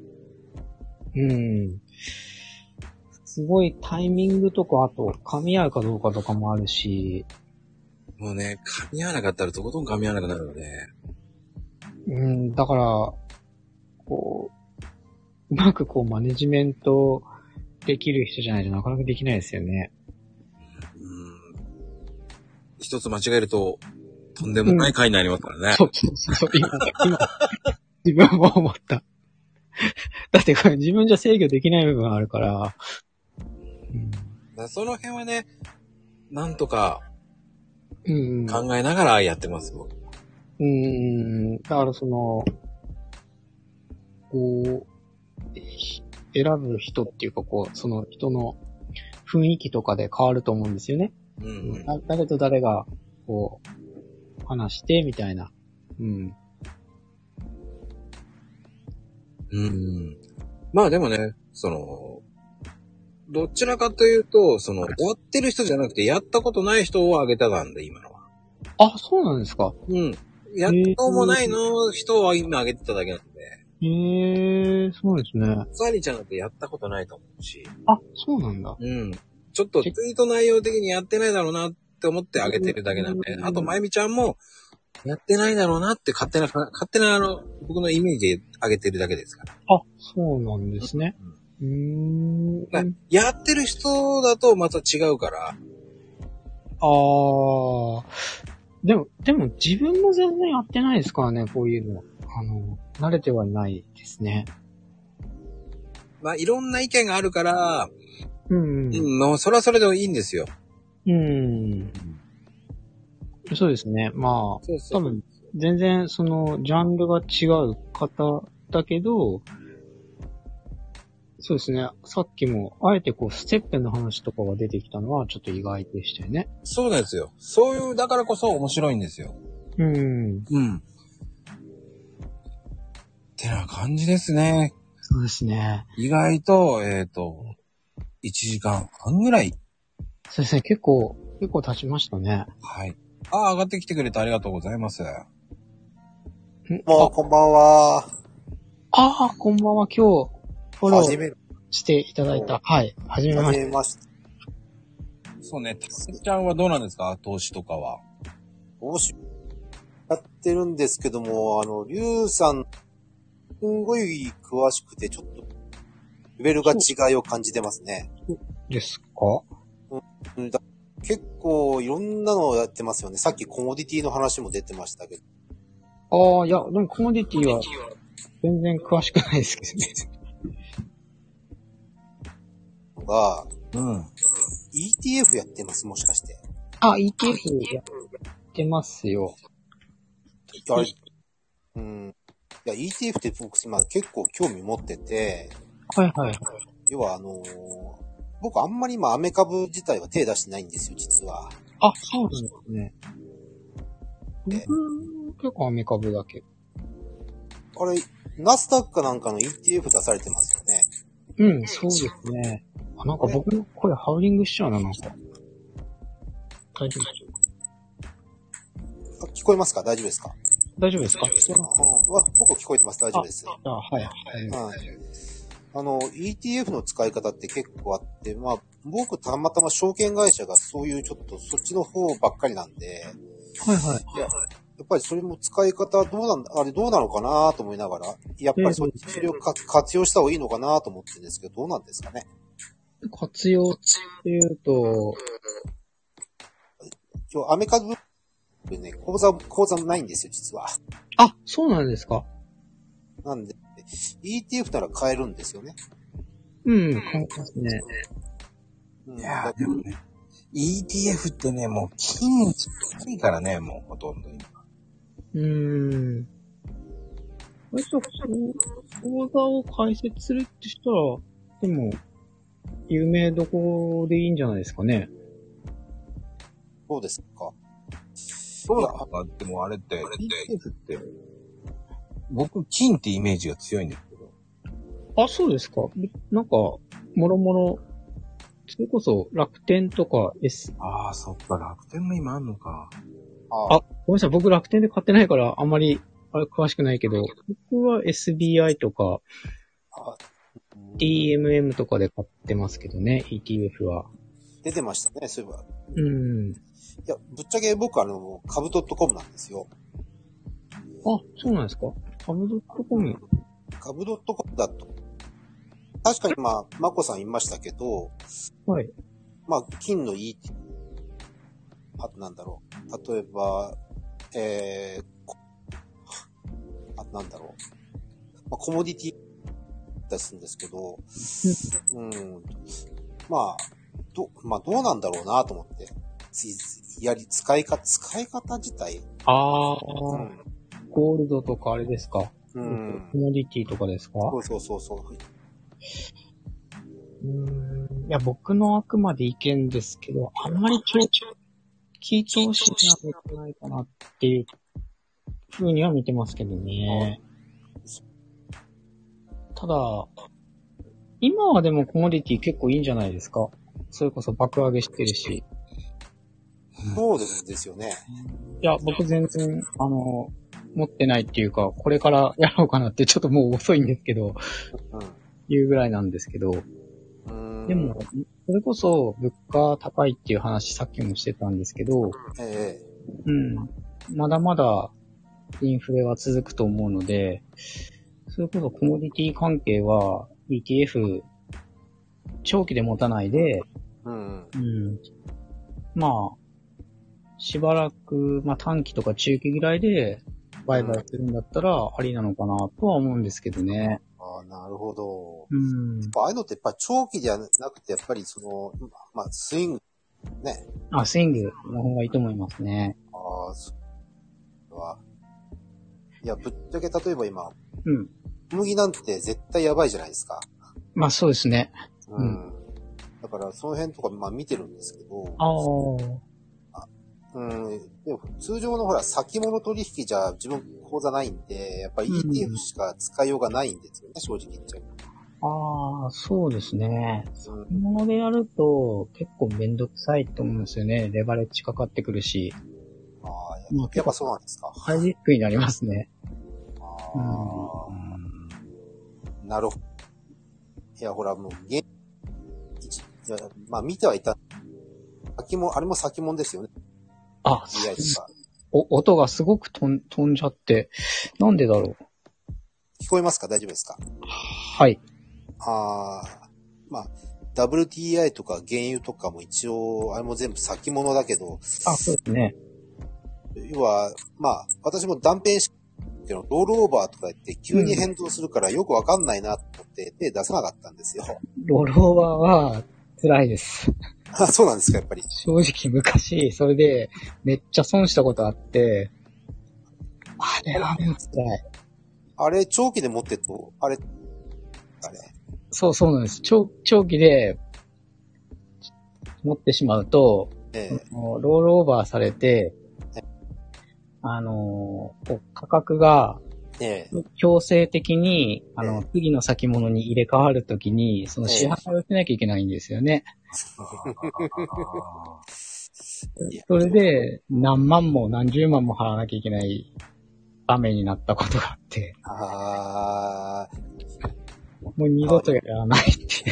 うん。すごいタイミングとか、あと、噛み合うかどうかとかもあるし、 もうね、噛み合わなかったらとことん噛み合わなくなるので。 うん、だから、こう、うまくこうマネジメントできる人じゃないとなかなかできないですよね。 うん。一つ間違えると、とんでもない回になりますからね。 そうそうそう。今、今、自分も思った。だってこれ自分じゃ制御できない部分があるから。うんだからその辺はね、なんとかうん。 考えながらやってます、僕。 うん。だからその、こう、ひ選ぶ人っていうかこう、その人の雰囲気とかで変わると思うんですよね。 うんうん。 だ誰と誰が、こう、話して、みたいな。うん。 うん。まあでもね、その、どちらかというと、その、やってる人じゃなくて、やったことない人をあげたなんで、今のは。 あ、そうなんですか。 うん。やったもないの人は今あげてただけなんで、 へえ、そうですね。 サリちゃんだってやったことないと思うし、 あ、そうなんだ。 うん。ちょっとツイート内容的にやってないだろうなって思ってあげてるだけなんで、あと、まゆみちゃんも、やってないだろうなって勝手な、勝手なあの、僕のイメージであげてるだけですから。 あ、そうなんですね。うーん。 だからやってる人だとまた違うから、 あー。でも、でも自分も全然やってないですからね、こういうの。あの、慣れてはいないですね。 まあいろんな意見があるから、 うん。 うん、もうそれはそれでいいんですよ。 うん。そうですね。まあ、 そうそう。 多分、全然その、ジャンルが違う方だけど、そうですね。さっきも、あえてこう、ステップの話とかが出てきたのは、ちょっと意外でしたよね。 そうなんですよ。そういう、だからこそ面白いんですよ。 うん。 うん。ってな感じですね。 そうですね。 意外と、えっ、と、 いちじかんはんぐらい。 そうですね、結構、結構経ちましたね。 はい。ああ、上がってきてくれてありがとうございます。 もう、こんばんは。 ああ、こんばんは、今日、フォローはじめ、 していただいた。はい。はじめまはして。 じめまして。 そうね、たけちゃんはどうなんですか？投資とかは。 投資やってるんですけども、あの、リュウさん、すんごい詳しくて、ちょっと、レベルが違いを感じてますね。 ですか？ うんだ結構、いろんなのをやってますよね。さっきコモディティの話も出てましたけど。 ああ、いや、でもコモディティは、全然詳しくないですけどね。 が、 うん。 イーティーエフ やってます、もしかして。 あ、イーティーエフ やってますよ。 あれ、うん。いや、イーティーエフ って僕今結構興味持ってて、 はいはい。 要はあのー、僕あんまり今アメ株自体は手出してないんですよ、実は。 あ、そうなんですね。僕、結構アメ株だけ。 あれ、ナスダックかなんかの イーティーエフ 出されてますよね。 うん、そうですね。あ、なんか僕の声ハウリングしちゃうな、なんか。大丈夫あ聞こえますか？大丈夫ですか？ 大丈夫ですか？ うん、わ僕聞こえてます。大丈夫です。 あ、はい。はい。 はい。あの、イーティーエフ の使い方って結構あって、まあ、僕たまたま証券会社がそういうちょっとそっちの方ばっかりなんで、 はいはい。 いや、やっぱりそれも使い方どうなんだ、あれどうなのかなと思いながら、やっぱりそっちそれをか活用した方がいいのかなと思ってるんですけど、どうなんですかね。 活用っていうと、 今日アメカブね、口座、口座もないんですよ、実は。 あ、そうなんですか？ なんで、イーティーエフ なら買えるんですよね。 うん、買いますね。 うん、 いやーでもね、イーティーエフ ってね、もう金近いからね、もうほとんど今。 うーん。あれと、講座を開設するってしたら、でも、有名どこでいいんじゃないですかね。 そうですか。 そうだかでもあれって、イーティーエフ って、僕、金ってイメージが強いんですけど。 あ、そうですか。なんか、もろもろ、それこそ楽天とか S、 ああ、そっか、楽天も今あんのか。 ああ、ごめんなさい、僕楽天で買ってないから、あんまり、あれ詳しくないけど、僕は エスビーアイ とか、 あ、 ディーエムエム とかで買ってますけどね、イーティーエフ は。 出てましたね、そういえば。 うん。 いや、ぶっちゃけ僕あの、株 .com なんですよ。 あ、そうなんですか？株 .com。 株 .com だと、確かにまあ、まこさん言いましたけど、 はい。 まあ、金の イーティーエフ、あとなんだろう。例えば、えー、こあとなんだろう。まあ、コモディティ出すんですけど、うん。まあ、ど、まあ、どうなんだろうなと思って。つやり、使い方、使い方自体。 あー、 うん。 ゴールドとかあれですか？ うんコ。モディティとかですか？ そうそうそうそう。 うーん。いや、僕のあくまで意見ですけど、あんまり長期投資には向いてないかなっていう風には見てますけどね。ただ、今はでもコモディティ結構いいんじゃないですか？それこそ爆上げしてるし。 そうですですよね。 いや、僕全然、あの、持ってないっていうか、これからやろうかなってちょっともう遅いんですけど、いうぐらいなんですけど、 うん。 でも、それこそ物価高いっていう話さっきもしてたんですけど、 ええうん。まだまだインフレは続くと思うので、それこそコモディティ関係は イーティーエフ 長期で持たないで、 うん。 うん。まあ、しばらく、まあ短期とか中期ぐらいで売買するんだったらありなのかなとは思うんですけどね。 ああ、なるほど。 うん。 ああいうのってやっぱ長期ではなくて、やっぱりその、まあ、スイング、ね。 あ、スイングの方がいいと思いますね。 ああ、そうは。いや、ぶっちゃけ例えば今、 うん。 小麦なんて絶対やばいじゃないですか。 まあそうですね。 うん。だからその辺とかまあ見てるんですけど、 ああ。 うん。でも通常のほら先物取引じゃ自分口座ないんで、やっぱり イーティーエフ しか使いようがないんですよね、正直言っちゃう。 ああ、そうですね。 うん、 先物でやると結構めんどくさいと思うんですよね。レバレッジかかってくるし。 ああ、 まあやっぱそうなんですか。 ハイリスクになりますね。 あうんーなるほど。いや、ほら、もう、ゲいやまあ、見てはいた。先も、あれも先もんですよね。 あ、 ディーアイ とか。 お、音がすごく飛ん飛んじゃって、なんでだろう。 聞こえますか？大丈夫ですか？ はい。 ああ、まあ、ダブリューティーアイ とか原油とかも一応、あれも全部先物だけど、 あ、そうですね。 要は、まあ、私も断片式っていうのロールオーバーとか言って急に変動するからよくわかんないなと思って手出さなかったんですよ。 ロールオーバーは辛いです。 あ、そうなんですか、やっぱり。 正直昔、それでめっちゃ損したことあって、あれはもう辛い。 あれ、長期で持ってると、あれ、あれ。 そうそうなんです。長、長期で持ってしまうと、 ええロールオーバーされて、あのー、価格がええ強制的に、あえの、次の先物に入れ替わるときに、その支払いをしなきゃいけないんですよね。それで、何万も何十万も払わなきゃいけない場面になったことがあって、 ああ、 もう二度とやらないっていう。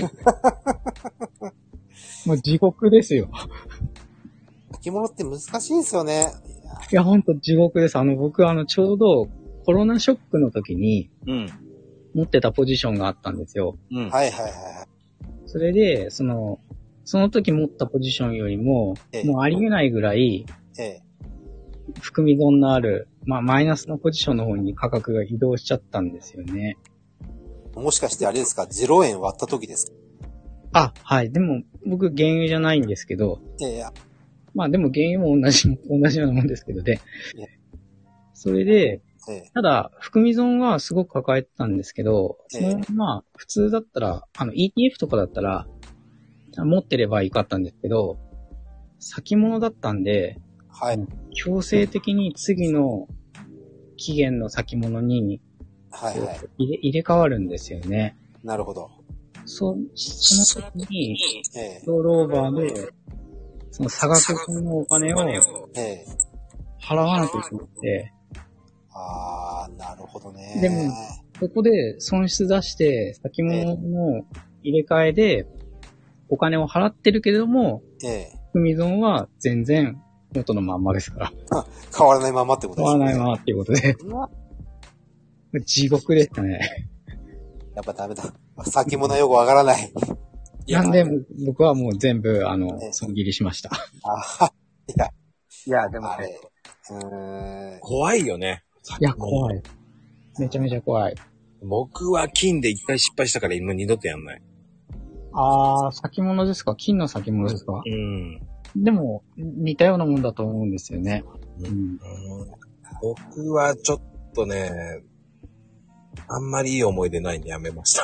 もう地獄ですよ。 先物って難しいんですよね。 いや、ほんと地獄です。あの、僕あの、ちょうどコロナショックの時にうん。 持ってたポジションがあったんですよ。 うん。 はいはいはいはい。 それで、その、その時持ったポジションよりも、 ええもうありえないぐらい、 ええ。 含み損のある、まあ、マイナスのポジションの方に価格が移動しちゃったんですよね。 もしかしてあれですか？ ゼロ 円割った時ですか？ あ、はい。でも、僕、原油じゃないんですけど、 ええ。 まあでも原油も同じ、同じようなもんですけどねえ。 それで、 ええ。 ただ、含み損はすごく抱えてたんですけど、そええのまあ、普通だったら、あの、イーティーエフ とかだったら、持ってればいいかったんですけど、先物だったんで、 はい。 強制的に次の期限の先物にはいはい。 入れ、入れ替わるんですよね。 なるほど。 そ、その時に、 ええ。 ロールオーバーで、その差額分のお金をええ。 払わなきゃいけなくて、 ああ、なるほどね。 でもそこで損失出して、先物の入れ替えで、お金を払ってるけれども、 ええ。 含み損は全然元のまんまですから。 変わらないままってことですね。 変わらないままっていうことで。 うわ地獄でしたね。 やっぱダメだ。先物よくわからない。 なんで、僕はもう全部、あのえ、 損切りしました。 ああ、いや、 いや、でもあれね、。 うーん。 怖いよね。 いや、怖い。めちゃめちゃ怖い。 僕は金で一回失敗したから今二度とやんない。 あー、先物ですか？金の先物ですか？ うん。 でも、似たようなもんだと思うんですよね。うん。 うん僕はちょっとね、あんまりいい思い出ないんでやめました。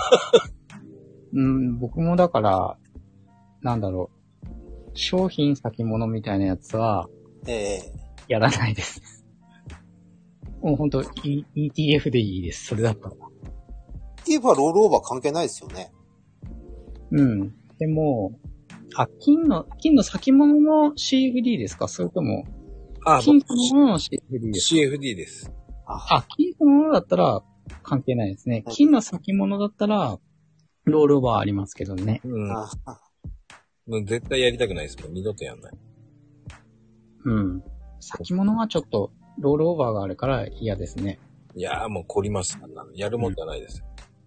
うん、僕もだから、なんだろう。商品先物みたいなやつは、 ええ。 やらないです。もうほんと、E- イーティーエフ でいいです。それだったら。 イーティーエフ はロールオーバー関係ないですよね。 うん。でも、あ、金の、金の先物の シーエフディー ですか？それとも、 あ、 金僕そのものの シーエフディー ですか？ シーエフディー です。 あ、金そのものだったら関係ないですね。金の先物だったら、ロールオーバーありますけどね。 うん。 あもう絶対やりたくないですもん。二度とやんない。 うん。先物はちょっと、ロールオーバーがあるから嫌ですね。 いやーもう凝ります。やるもんじゃないです。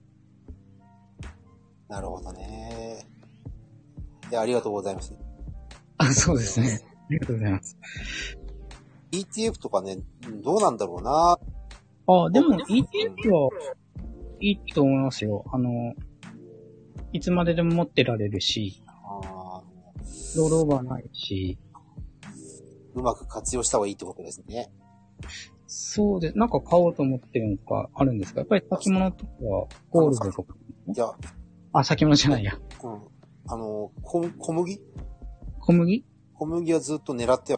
なるほどね。いや、ありがとうございます。 あ、そうですね。ありがとうございます。 イーティーエフ とかね、どうなんだろうな。 あ、でも イーティーエフ はいいと思いますよ。あの、いつまででも持ってられるし、 あロールオーバーないし、 うまく活用した方がいいってことですね。 そうで、なんか買おうと思ってるのかあるんですか？やっぱり先物とか、ゴールドとか。 いや、 あ、先物じゃないや。 うん。あの、小小麦小麦？ 小麦はずっと狙っては、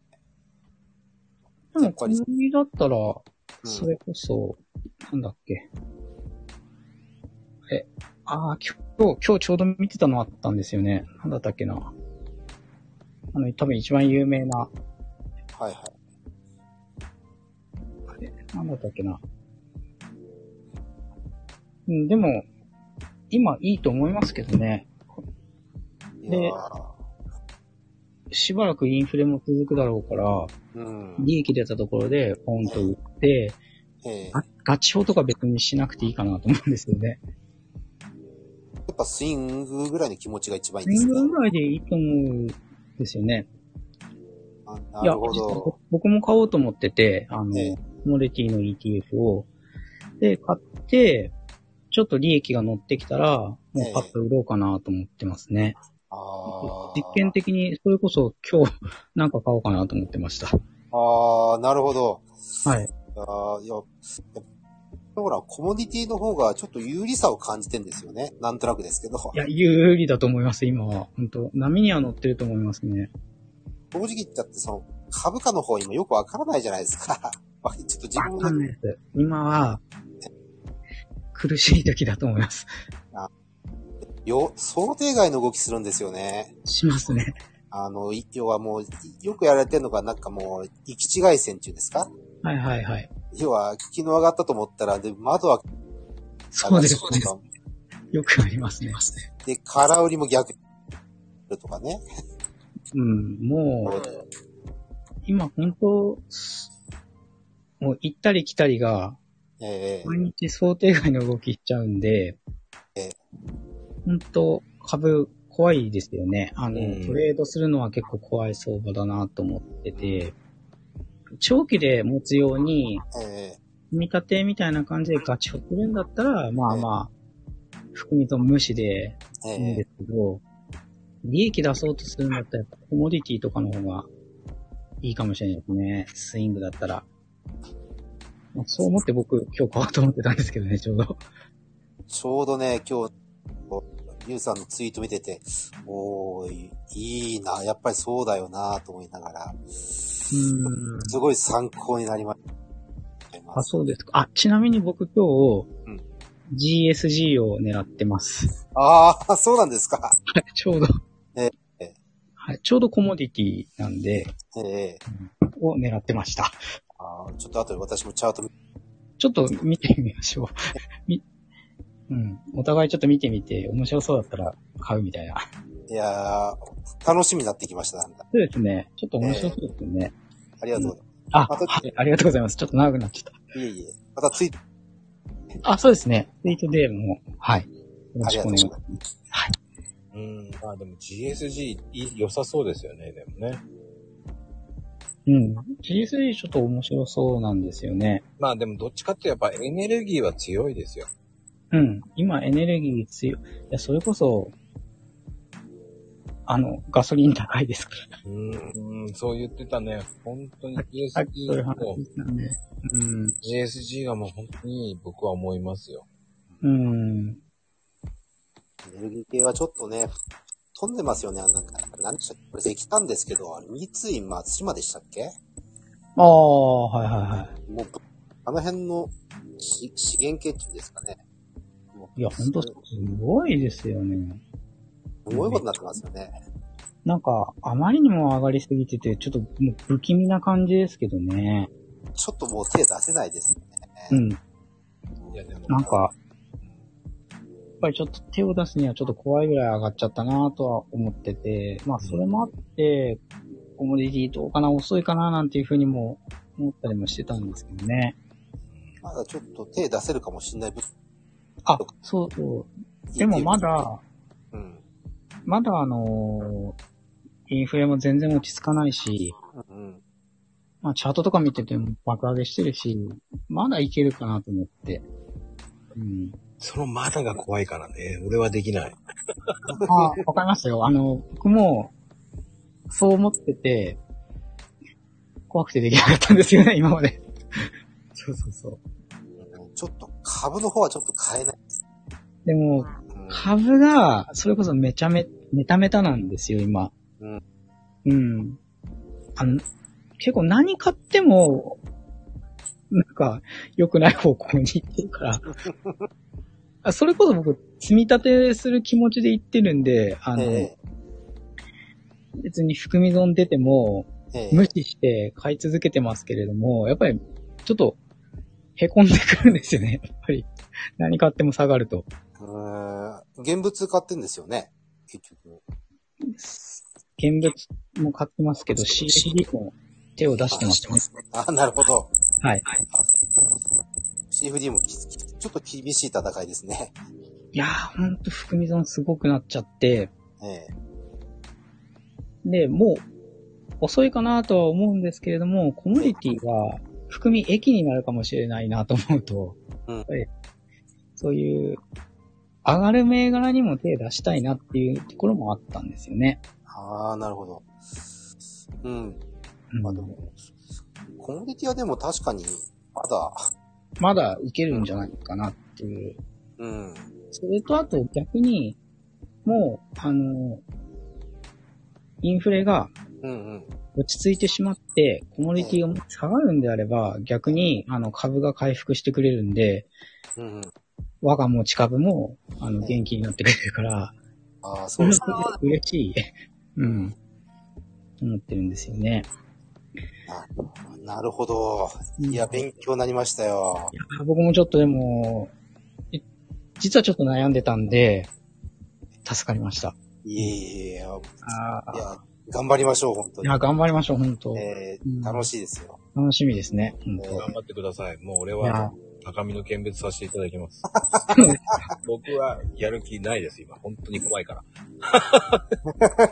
でも小麦だったら、 うんそれこそ、なんだっけ。 え、ああ、今日、今日ちょうど見てたのあったんですよね。なんだったっけな。あの、多分一番有名な、 はいはい。 あれ、なんだったっけな。うん、でも、今いいと思いますけどね。 いやーしばらくインフレも続くだろうから、 うん。 利益出たところでポンと売って、 ええガガチ表とか別にしなくていいかなと思うんですよね。 やっぱスイングぐらいの気持ちが一番いいスインですか？ グぐらいでいいと思うんですよね。 あないるや、 ほ実はど。 僕も買おうと思ってて、あの、 ええコモディティの イーティーエフ を。で、買って、ちょっと利益が乗ってきたら、もうパッと売ろうかなと思ってますね。 あ実験的に、それこそ今日なんか買おうかなと思ってました。 あ。ああ、なるほど。 はい。 いやーいや、ほら、コモディティの方がちょっと有利さを感じてんですよね。なんとなくですけど。 いや、有利だと思います、今は。本当波には乗ってると思いますね。 正直言っちゃって、その、株価の方今よくわからないじゃないですか。ちょっと自分わかんないで、 です。今は、苦しい時だと思います。 よ、想定外の動きするんですよね。 しますね。 あの、い要はもう、よくやられてるのがなんかもう、行き違い線っていうんですか？ はいはいはい。 要は、昨日上がったと思ったら、で、窓は、 そうです上がってね。よくありますね。 で、空売りも逆とかね。 うん、もう、今本当、もう行ったり来たりが、 ええ毎日想定外の動きしちゃうんで、 ええ本当株怖いですよね。あの、 うんトレードするのは結構怖い相場だなと思ってて、長期で持つように、 ええ組み立てみたいな感じでガチをするんだったら、まあまあ、含みと無視でえいいんでえすけど、利益出そうとするんだったら、コモディティとかの方がいいかもしれないですね。スイングだったら。まあそう思って僕今日買おうと思ってたんですけどね、ちょうど。 ちょうどね、今日、リュウさんのツイート見てて、おーい、いいな、やっぱりそうだよなと思いながら、 うーん。 すごい参考になりました。 あ、そうですか。あ、ちなみに僕今日、 うんジーエスジー を狙ってます。 ああ、そうなんですか。 はい、ちょうど。 ええはい、ちょうどコモディティなんで、 ええを狙ってました。 あーちょっと後で私もチャート見ちょっと見てみましょう。みうん。お互いちょっと見てみて、面白そうだったら買うみたいな。 いやー、楽しみになってきました、なんだ。 そうですね。ちょっと面白そうですよね。 ありがとうございあ、 またはい、ありがとうございます。ちょっと長くなっちゃっます。いえいえ。またツイート、 た。あ、そうですね。ツイートでもう、はい。よろありがとうごしくお願いしまざいます。 す。はい。 うん。まあでも ジーエスジー いい良さそうですよね、でもね。 うん。ジーエスジー ちょっと面白そうなんですよね。 まあでもどっちかってやっぱエネルギーは強いですよ。 うん。今エネルギー強い。いや、それこそ、あの、ガソリン高いですから。 うーん、そう言ってたね。本当にさっきそういうイーエスジー話としたんで。うん。 ジーエスジー がもう本当に僕は思いますよ。 うん。 エネルギー系はちょっとね、飛んでますよね。なんか、何でしたっけこれ石炭ですけど、あれ三井松島でしたっけああ、はいはいはい。 もう、あの辺のし資源系っていうんですかね。もういや、ほんとすごいですよね。 すごいことになってますよね。 なんか、あまりにも上がりすぎてて、ちょっともう不気味な感じですけどね。 ちょっともう手出せないですね。 うん。 いやでも。 なんか、やっぱりちょっと手を出すにはちょっと怖いぐらい上がっちゃったなとは思ってて、まあそれもあって、コモディティどうかな、遅いかななんていうふうにも思ったりもしてたんですけどね。 まだちょっと手出せるかもしれない部分。 あ、そうそう。でもまだ、 うん。 まだあのーインフレも全然落ち着かないし、 うんうん。 まあチャートとか見てても爆上げしてるし、まだいけるかなと思って。うん。 そのまだが怖いからね。俺はできない。 あ、わかりますよ。あの、僕も、そう思ってて、怖くてできなかったんですよね、今まで。そうそうそう。 ちょっと株の方はちょっと買えないです。 でも、 うん。 株が、それこそめちゃめ、メタメタなんですよ、今。 うん。 うん。あの、結構何買っても、なんか、良くない方向に行ってるから。 あ、それこそ僕、積み立てする気持ちで言ってるんで、あの、 え別に含み損出ても、 ええ無視して買い続けてますけれども、やっぱり、ちょっと、凹んでくるんですよね。やっぱり、何買っても下がると。 うーん現物買ってんですよね、結局。 現物も買ってますけど、シーシーディー も手を出してますね。 あ、なるほど。 はい。 シーエフディー もきちょっと厳しい戦いですね。 いやー、ほんと含み損すごくなっちゃって、 ええで、もう、遅いかなとは思うんですけれども、コモディティが含み益になるかもしれないなと思うと、 うんやっぱりそういう、上がる銘柄にも手出したいなっていうところもあったんですよね。 ああ、なるほど。うん。 うんまあでも、コモディティはでも確かに、まだ、 まだいけるんじゃないかなっていう。 うん。 それとあと逆に、もう、あの、インフレがうんうん。 落ち着いてしまって、コモディティが下がるんであれば、逆に、あの、株が回復してくれるんで、 うんうん。 我が持ち株も、あの、元気になってくれるから、 ああ、そうですね。 嬉しい。うん。思ってるんですよね。 ななるほど。いや、勉強になりましたよ。 いや僕もちょっとでも、い実はちょっと悩んでたんで、助かりました。 いえいえいえ、 あいや、頑張りましょう、本当に。 いや、頑張りましょう、本当、 えーうん楽しいですよ。 楽しみですね、本当、 頑張ってください。もう俺いやは高みの見物させていただきます。僕はやる気ないです、今。本当に怖いから。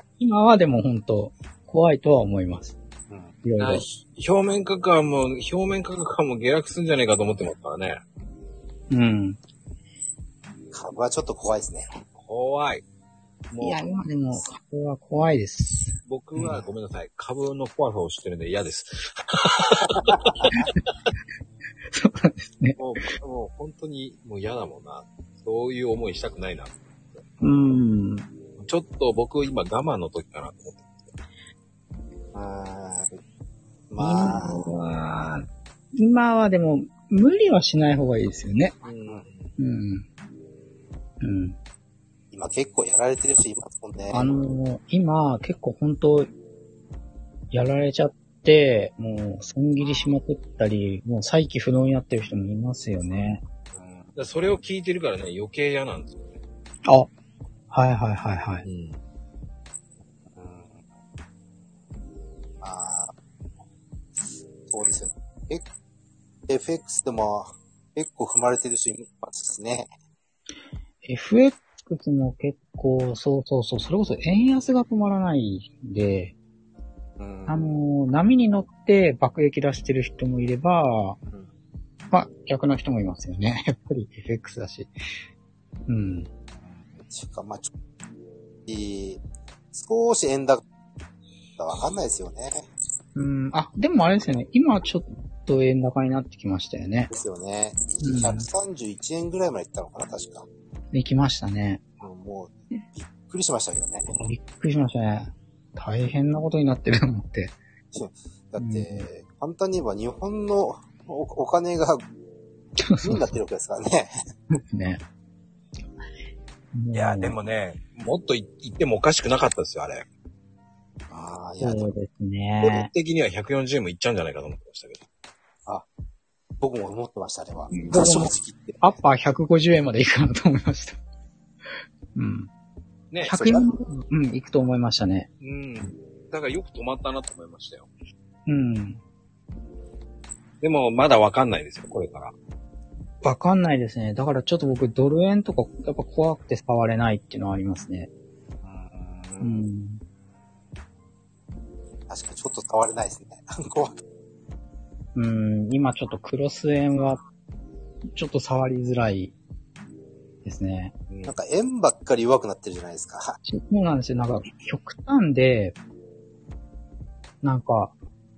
今はでも本当、怖いとは思います。 うん。 いろいろ。 あひ表面価格も、表面価格も下落するんじゃねえかと思ってますからね。 うん。 株はちょっと怖いですね。 怖い。もういや、今でも、これは怖いです。 僕はごめんなさい。株の怖さを知ってるんで嫌です。 そうなんですね。 もう、もう本当にもう嫌だもんな。そういう思いしたくないな。 うん。 ちょっと僕今我慢の時かなと思って。 あー今まあ、 は、今はでも、無理はしない方がいいですよね。 うん、 うん。うん。 今結構やられてる人いますもんね。 あの、今、結構本当やられちゃって、もう、損切りしまくったり、もう再起不能になってる人もいますよね。 うんだからそれを聞いてるからね、余計嫌なんですよね。 あ、はいはいはいはい。 うん。 うんまあ、そうですよね。え エフエックス でも結構踏まれてる人いますね。 エフエックス も結構、そうそうそう、それこそ円安が止まらないんで、 うん、 あの、波に乗って爆撃出してる人もいれば、 んまあ、逆の人もいますよね。やっぱり エフエックス だし。うん。 ちゅうか、まあ、ちょいい少し円高わかんないですよね。 うん、あ、でもあれですよね。今ちょっと円高になってきましたよねで。すよね。 うんひゃくさんじゅういちえんぐらいまでいったのかな、確か。 できましたね。 うんもう、びっくりしましたけどね。 びっくりしましたね。大変なことになってると思って。 だって、簡単に言えば日本のおお金が、になってるわけですからね。 ね。 いや、でもね、もっと言ってもおかしくなかったですよ、あれ。 ああ、いそや、 うです個人ね。 的にはひゃくよんじゅうえんもいっちゃうんじゃないかと思ってましたけど。 僕も思ってました、あれは。 僕も正直言って。 アッパーひゃくごじゅうえんまでいくかなと思いました。うん。 ね、 ひゃくえん、うん、いくと思いましたね。 うん。だからよく止まったなと思いましたよ。 うん。 でも、まだわかんないですよ、これから。 わかんないですね。だからちょっと僕ドル円とかやっぱ怖くて触れないっていうのはありますね。 ううんん。 確かにちょっと触れないですね。怖くうん、今ちょっとクロス円はちょっと触りづらいですね。 うんなんか円ばっかり弱くなってるじゃないですか。 そうなんですよ。なんか極端で、なんか、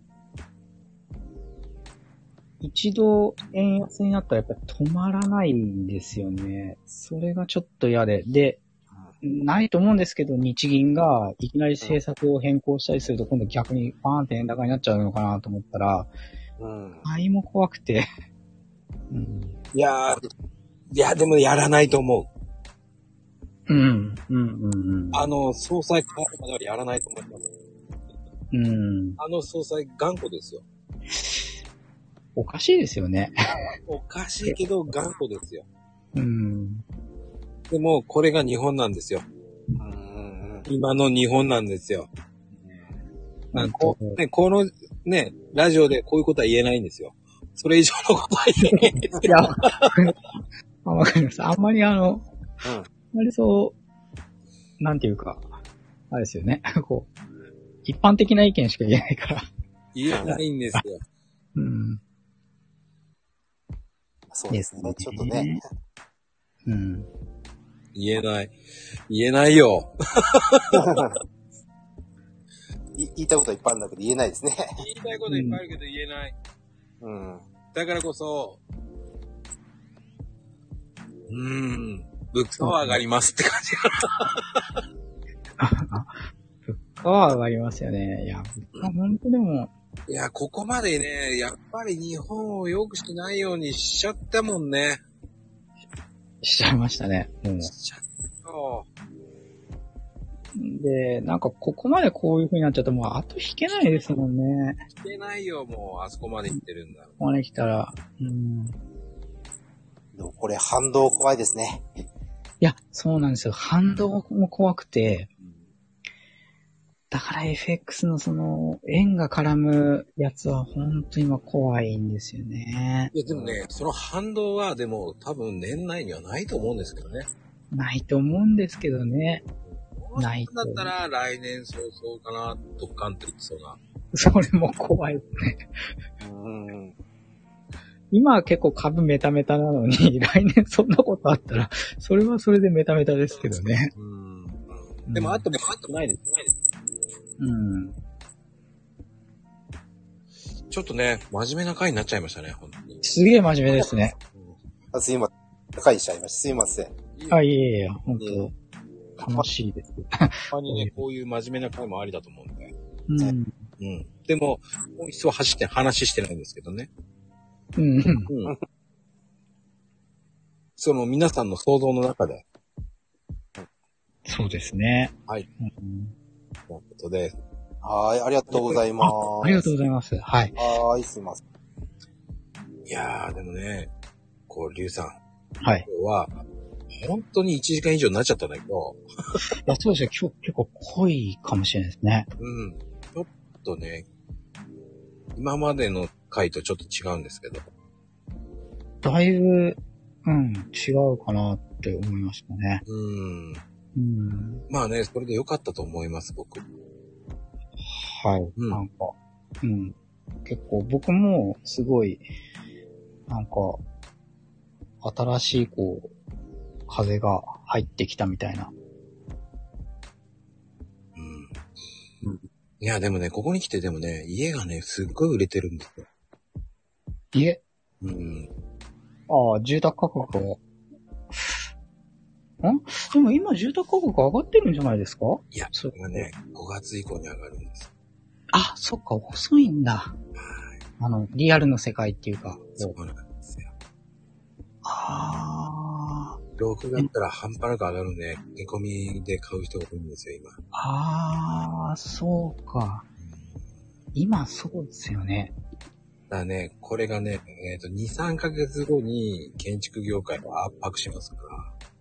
一度円安になったらやっぱり止まらないんですよね。それがちょっと嫌で。で、ないと思うんですけど、日銀がいきなり政策を変更したりすると今度逆にバーンって円高になっちゃうのかなと思ったら、 うん。 買いも怖くて。うん、 いやー、 いや、でもやらないと思うん。うん。うん。うんう。あの、総裁変わるまではやらないと思います。 うん。 あの総裁頑固ですよ。 おかしいですよね。 おかしいけど頑固ですよ。 うん。 でも、これが日本なんですよ。 うんうん今の日本なんですよ。まあうんこね、このね、ラジオでこういうことは言えないんですよ。それ以上のことは言えないんですいや、あわかります。あんまりあの、 うんあんまりそう、なんていうか、あれですよね。こう、一般的な意見しか言えないから。 言えないんですよ。 うん。 そうですね。ちょっとね。 うん。 言えない。言えないよ。 い言いたいことはいっぱいあるんだけど言えないですね。 言いたいこといっぱいあるけど言えない。 うん。 だからこそ、うーん、物価は上がりますって感じか物価は上がりますよね。いや、物価本当でも、 な。いや、ここまでね、やっぱり日本を良くしないようにしちゃったもんね。 しちゃいましたね。もう。 しちゃったよ。 で、なんかここまでこういう風になっちゃうともう後引けないですもんね。 いけないよ、もう、あそこまで行ってるんだ。 ここまで来たら。うん。 でもこれ反動怖いですね。 いや、そうなんですよ。反動も怖くて、だから エフエックス のその、円が絡むやつは本当に今怖いんですよね。 いや、でもね、その反動は、でも、多分年内にはないと思うんですけどね。 ないと思うんですけどね。ないとだったら、来年早々かな、ドッカンと言ってそうな。 それも怖いですね。 うん。 今は結構株メタメタなのに、来年そんなことあったら、それはそれでメタメタですけどね。 うん。でも、あとも、あとないです。ないです。 うん。 ちょっとね、真面目な回になっちゃいましたね、本当に。 すげえ真面目ですね。 あすいません。高いしちゃいました。すいません。 あ、いえいえ、本いえ当楽しいです。 たまにね、こういう真面目な回もありだと思うんで。 うん。 うん。でも、本質は走って、話してないんですけどね。 うん。 うん。その皆さんの想像の中で、 そうですね。 はい。 うんということで、 はい、ありがとうございます。 ありがとうございます。はい。 はーい、すいません。 いやー、でもね、こう、リュウさん、 はい。 今日は、本当にいちじかん以上になっちゃったんだけど、 いや、そうですよ。今日結構濃いかもしれないですね。 うん。ちょっとね、今までの回とちょっと違うんですけど、 だいぶ、うん、違うかなって思いましたね。 うん。 うん。 まあね、それで良かったと思います、僕。 はい。 うんなんか、うん。結構僕もすごい、なんか、新しいこう、風が入ってきたみたいな。 うん。いや、でもね、ここに来てでもね、家がね、すっごい売れてるんですよ。 家うん。 ああ、住宅価格が。んでも今住宅価格上がってるんじゃないですか？ いや、 そそれがね、ごがつ以降に上がるんです。 あ、そっか、遅いんだ。あの、リアルの世界っていうか。 そうなんですよ。 ああ、 ろくがつから半端なく上がるんで、見込みで買う人が多いんですよ、今。 ああ、そうか。今そうですよね。 だからね、これがね、えっと、に、さんかげつごに建築業界は圧迫しますから。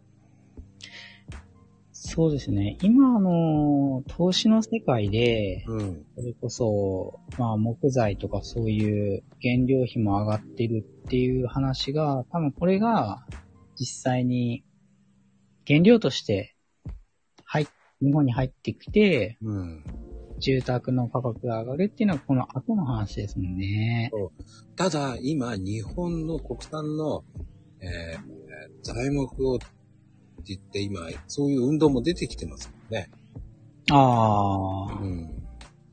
そうですね。今あの、投資の世界で、 うん。 それこそ、まあ木材とかそういう原料費も上がってるっていう話が、多分これが実際に原料として入っ、日本に入ってきて、 うん。 住宅の価格が上がるっていうのはこの後の話ですもんね。 ただ、今、日本の国産の、えー、材木をって言って、今、そういう運動も出てきてますもんね。 ああ、 うん。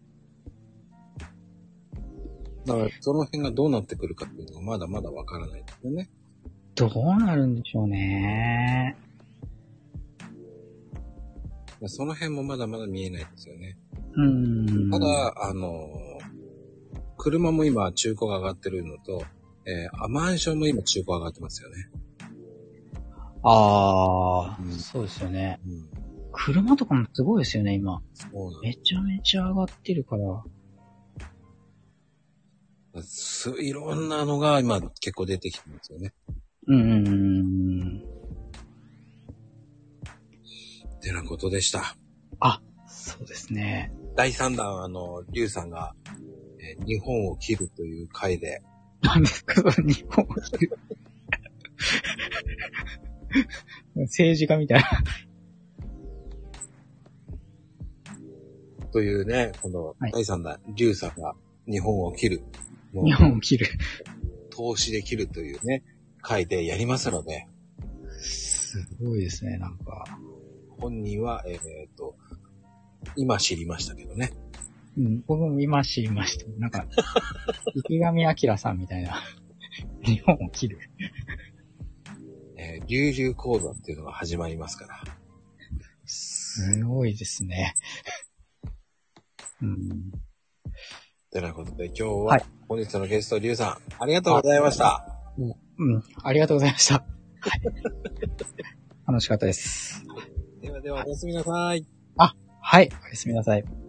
だから、その辺がどうなってくるかっていうのがまだまだわからないですよね。 どうなるんでしょうね。 その辺もまだまだ見えないですよね。 うん。 ただ、あの、車も今中古が上がってるのと、えー、マンションも今中古上がってますよね。 ああ、 うんそうですよね。 うん。 車とかもすごいですよね、今。 そうなんめちゃめちゃ上がってるから。 すいろんなのが今結構出てきてますよね。 うんうんうん。 てなことでした。 あ、そうですね。 だいさんだん、あの、リュウさんが、えー日本を切るという回で、 なんですか、日本を切る。政治家みたいな。 というね、このはいだいさんだん、リュウさんが日本を切る。もう日本を切る。 投資で切るというね、回でやりますので、 すごいですね、なんか。 本人は、えっと、今知りましたけどね。 うん、僕も今知りました。なんか、池上彰さんみたいな。日本を切る。 えー、流々講座っていうのが始まりますから。 すごいですね。うん。 てなことで今日は、 はい本日のゲスト、リュウさん、ありがとうございました。 うん。ありがとうございました。はい。楽しかったです。 ではでは、おやすみなさい。 はい。おやすみなさい。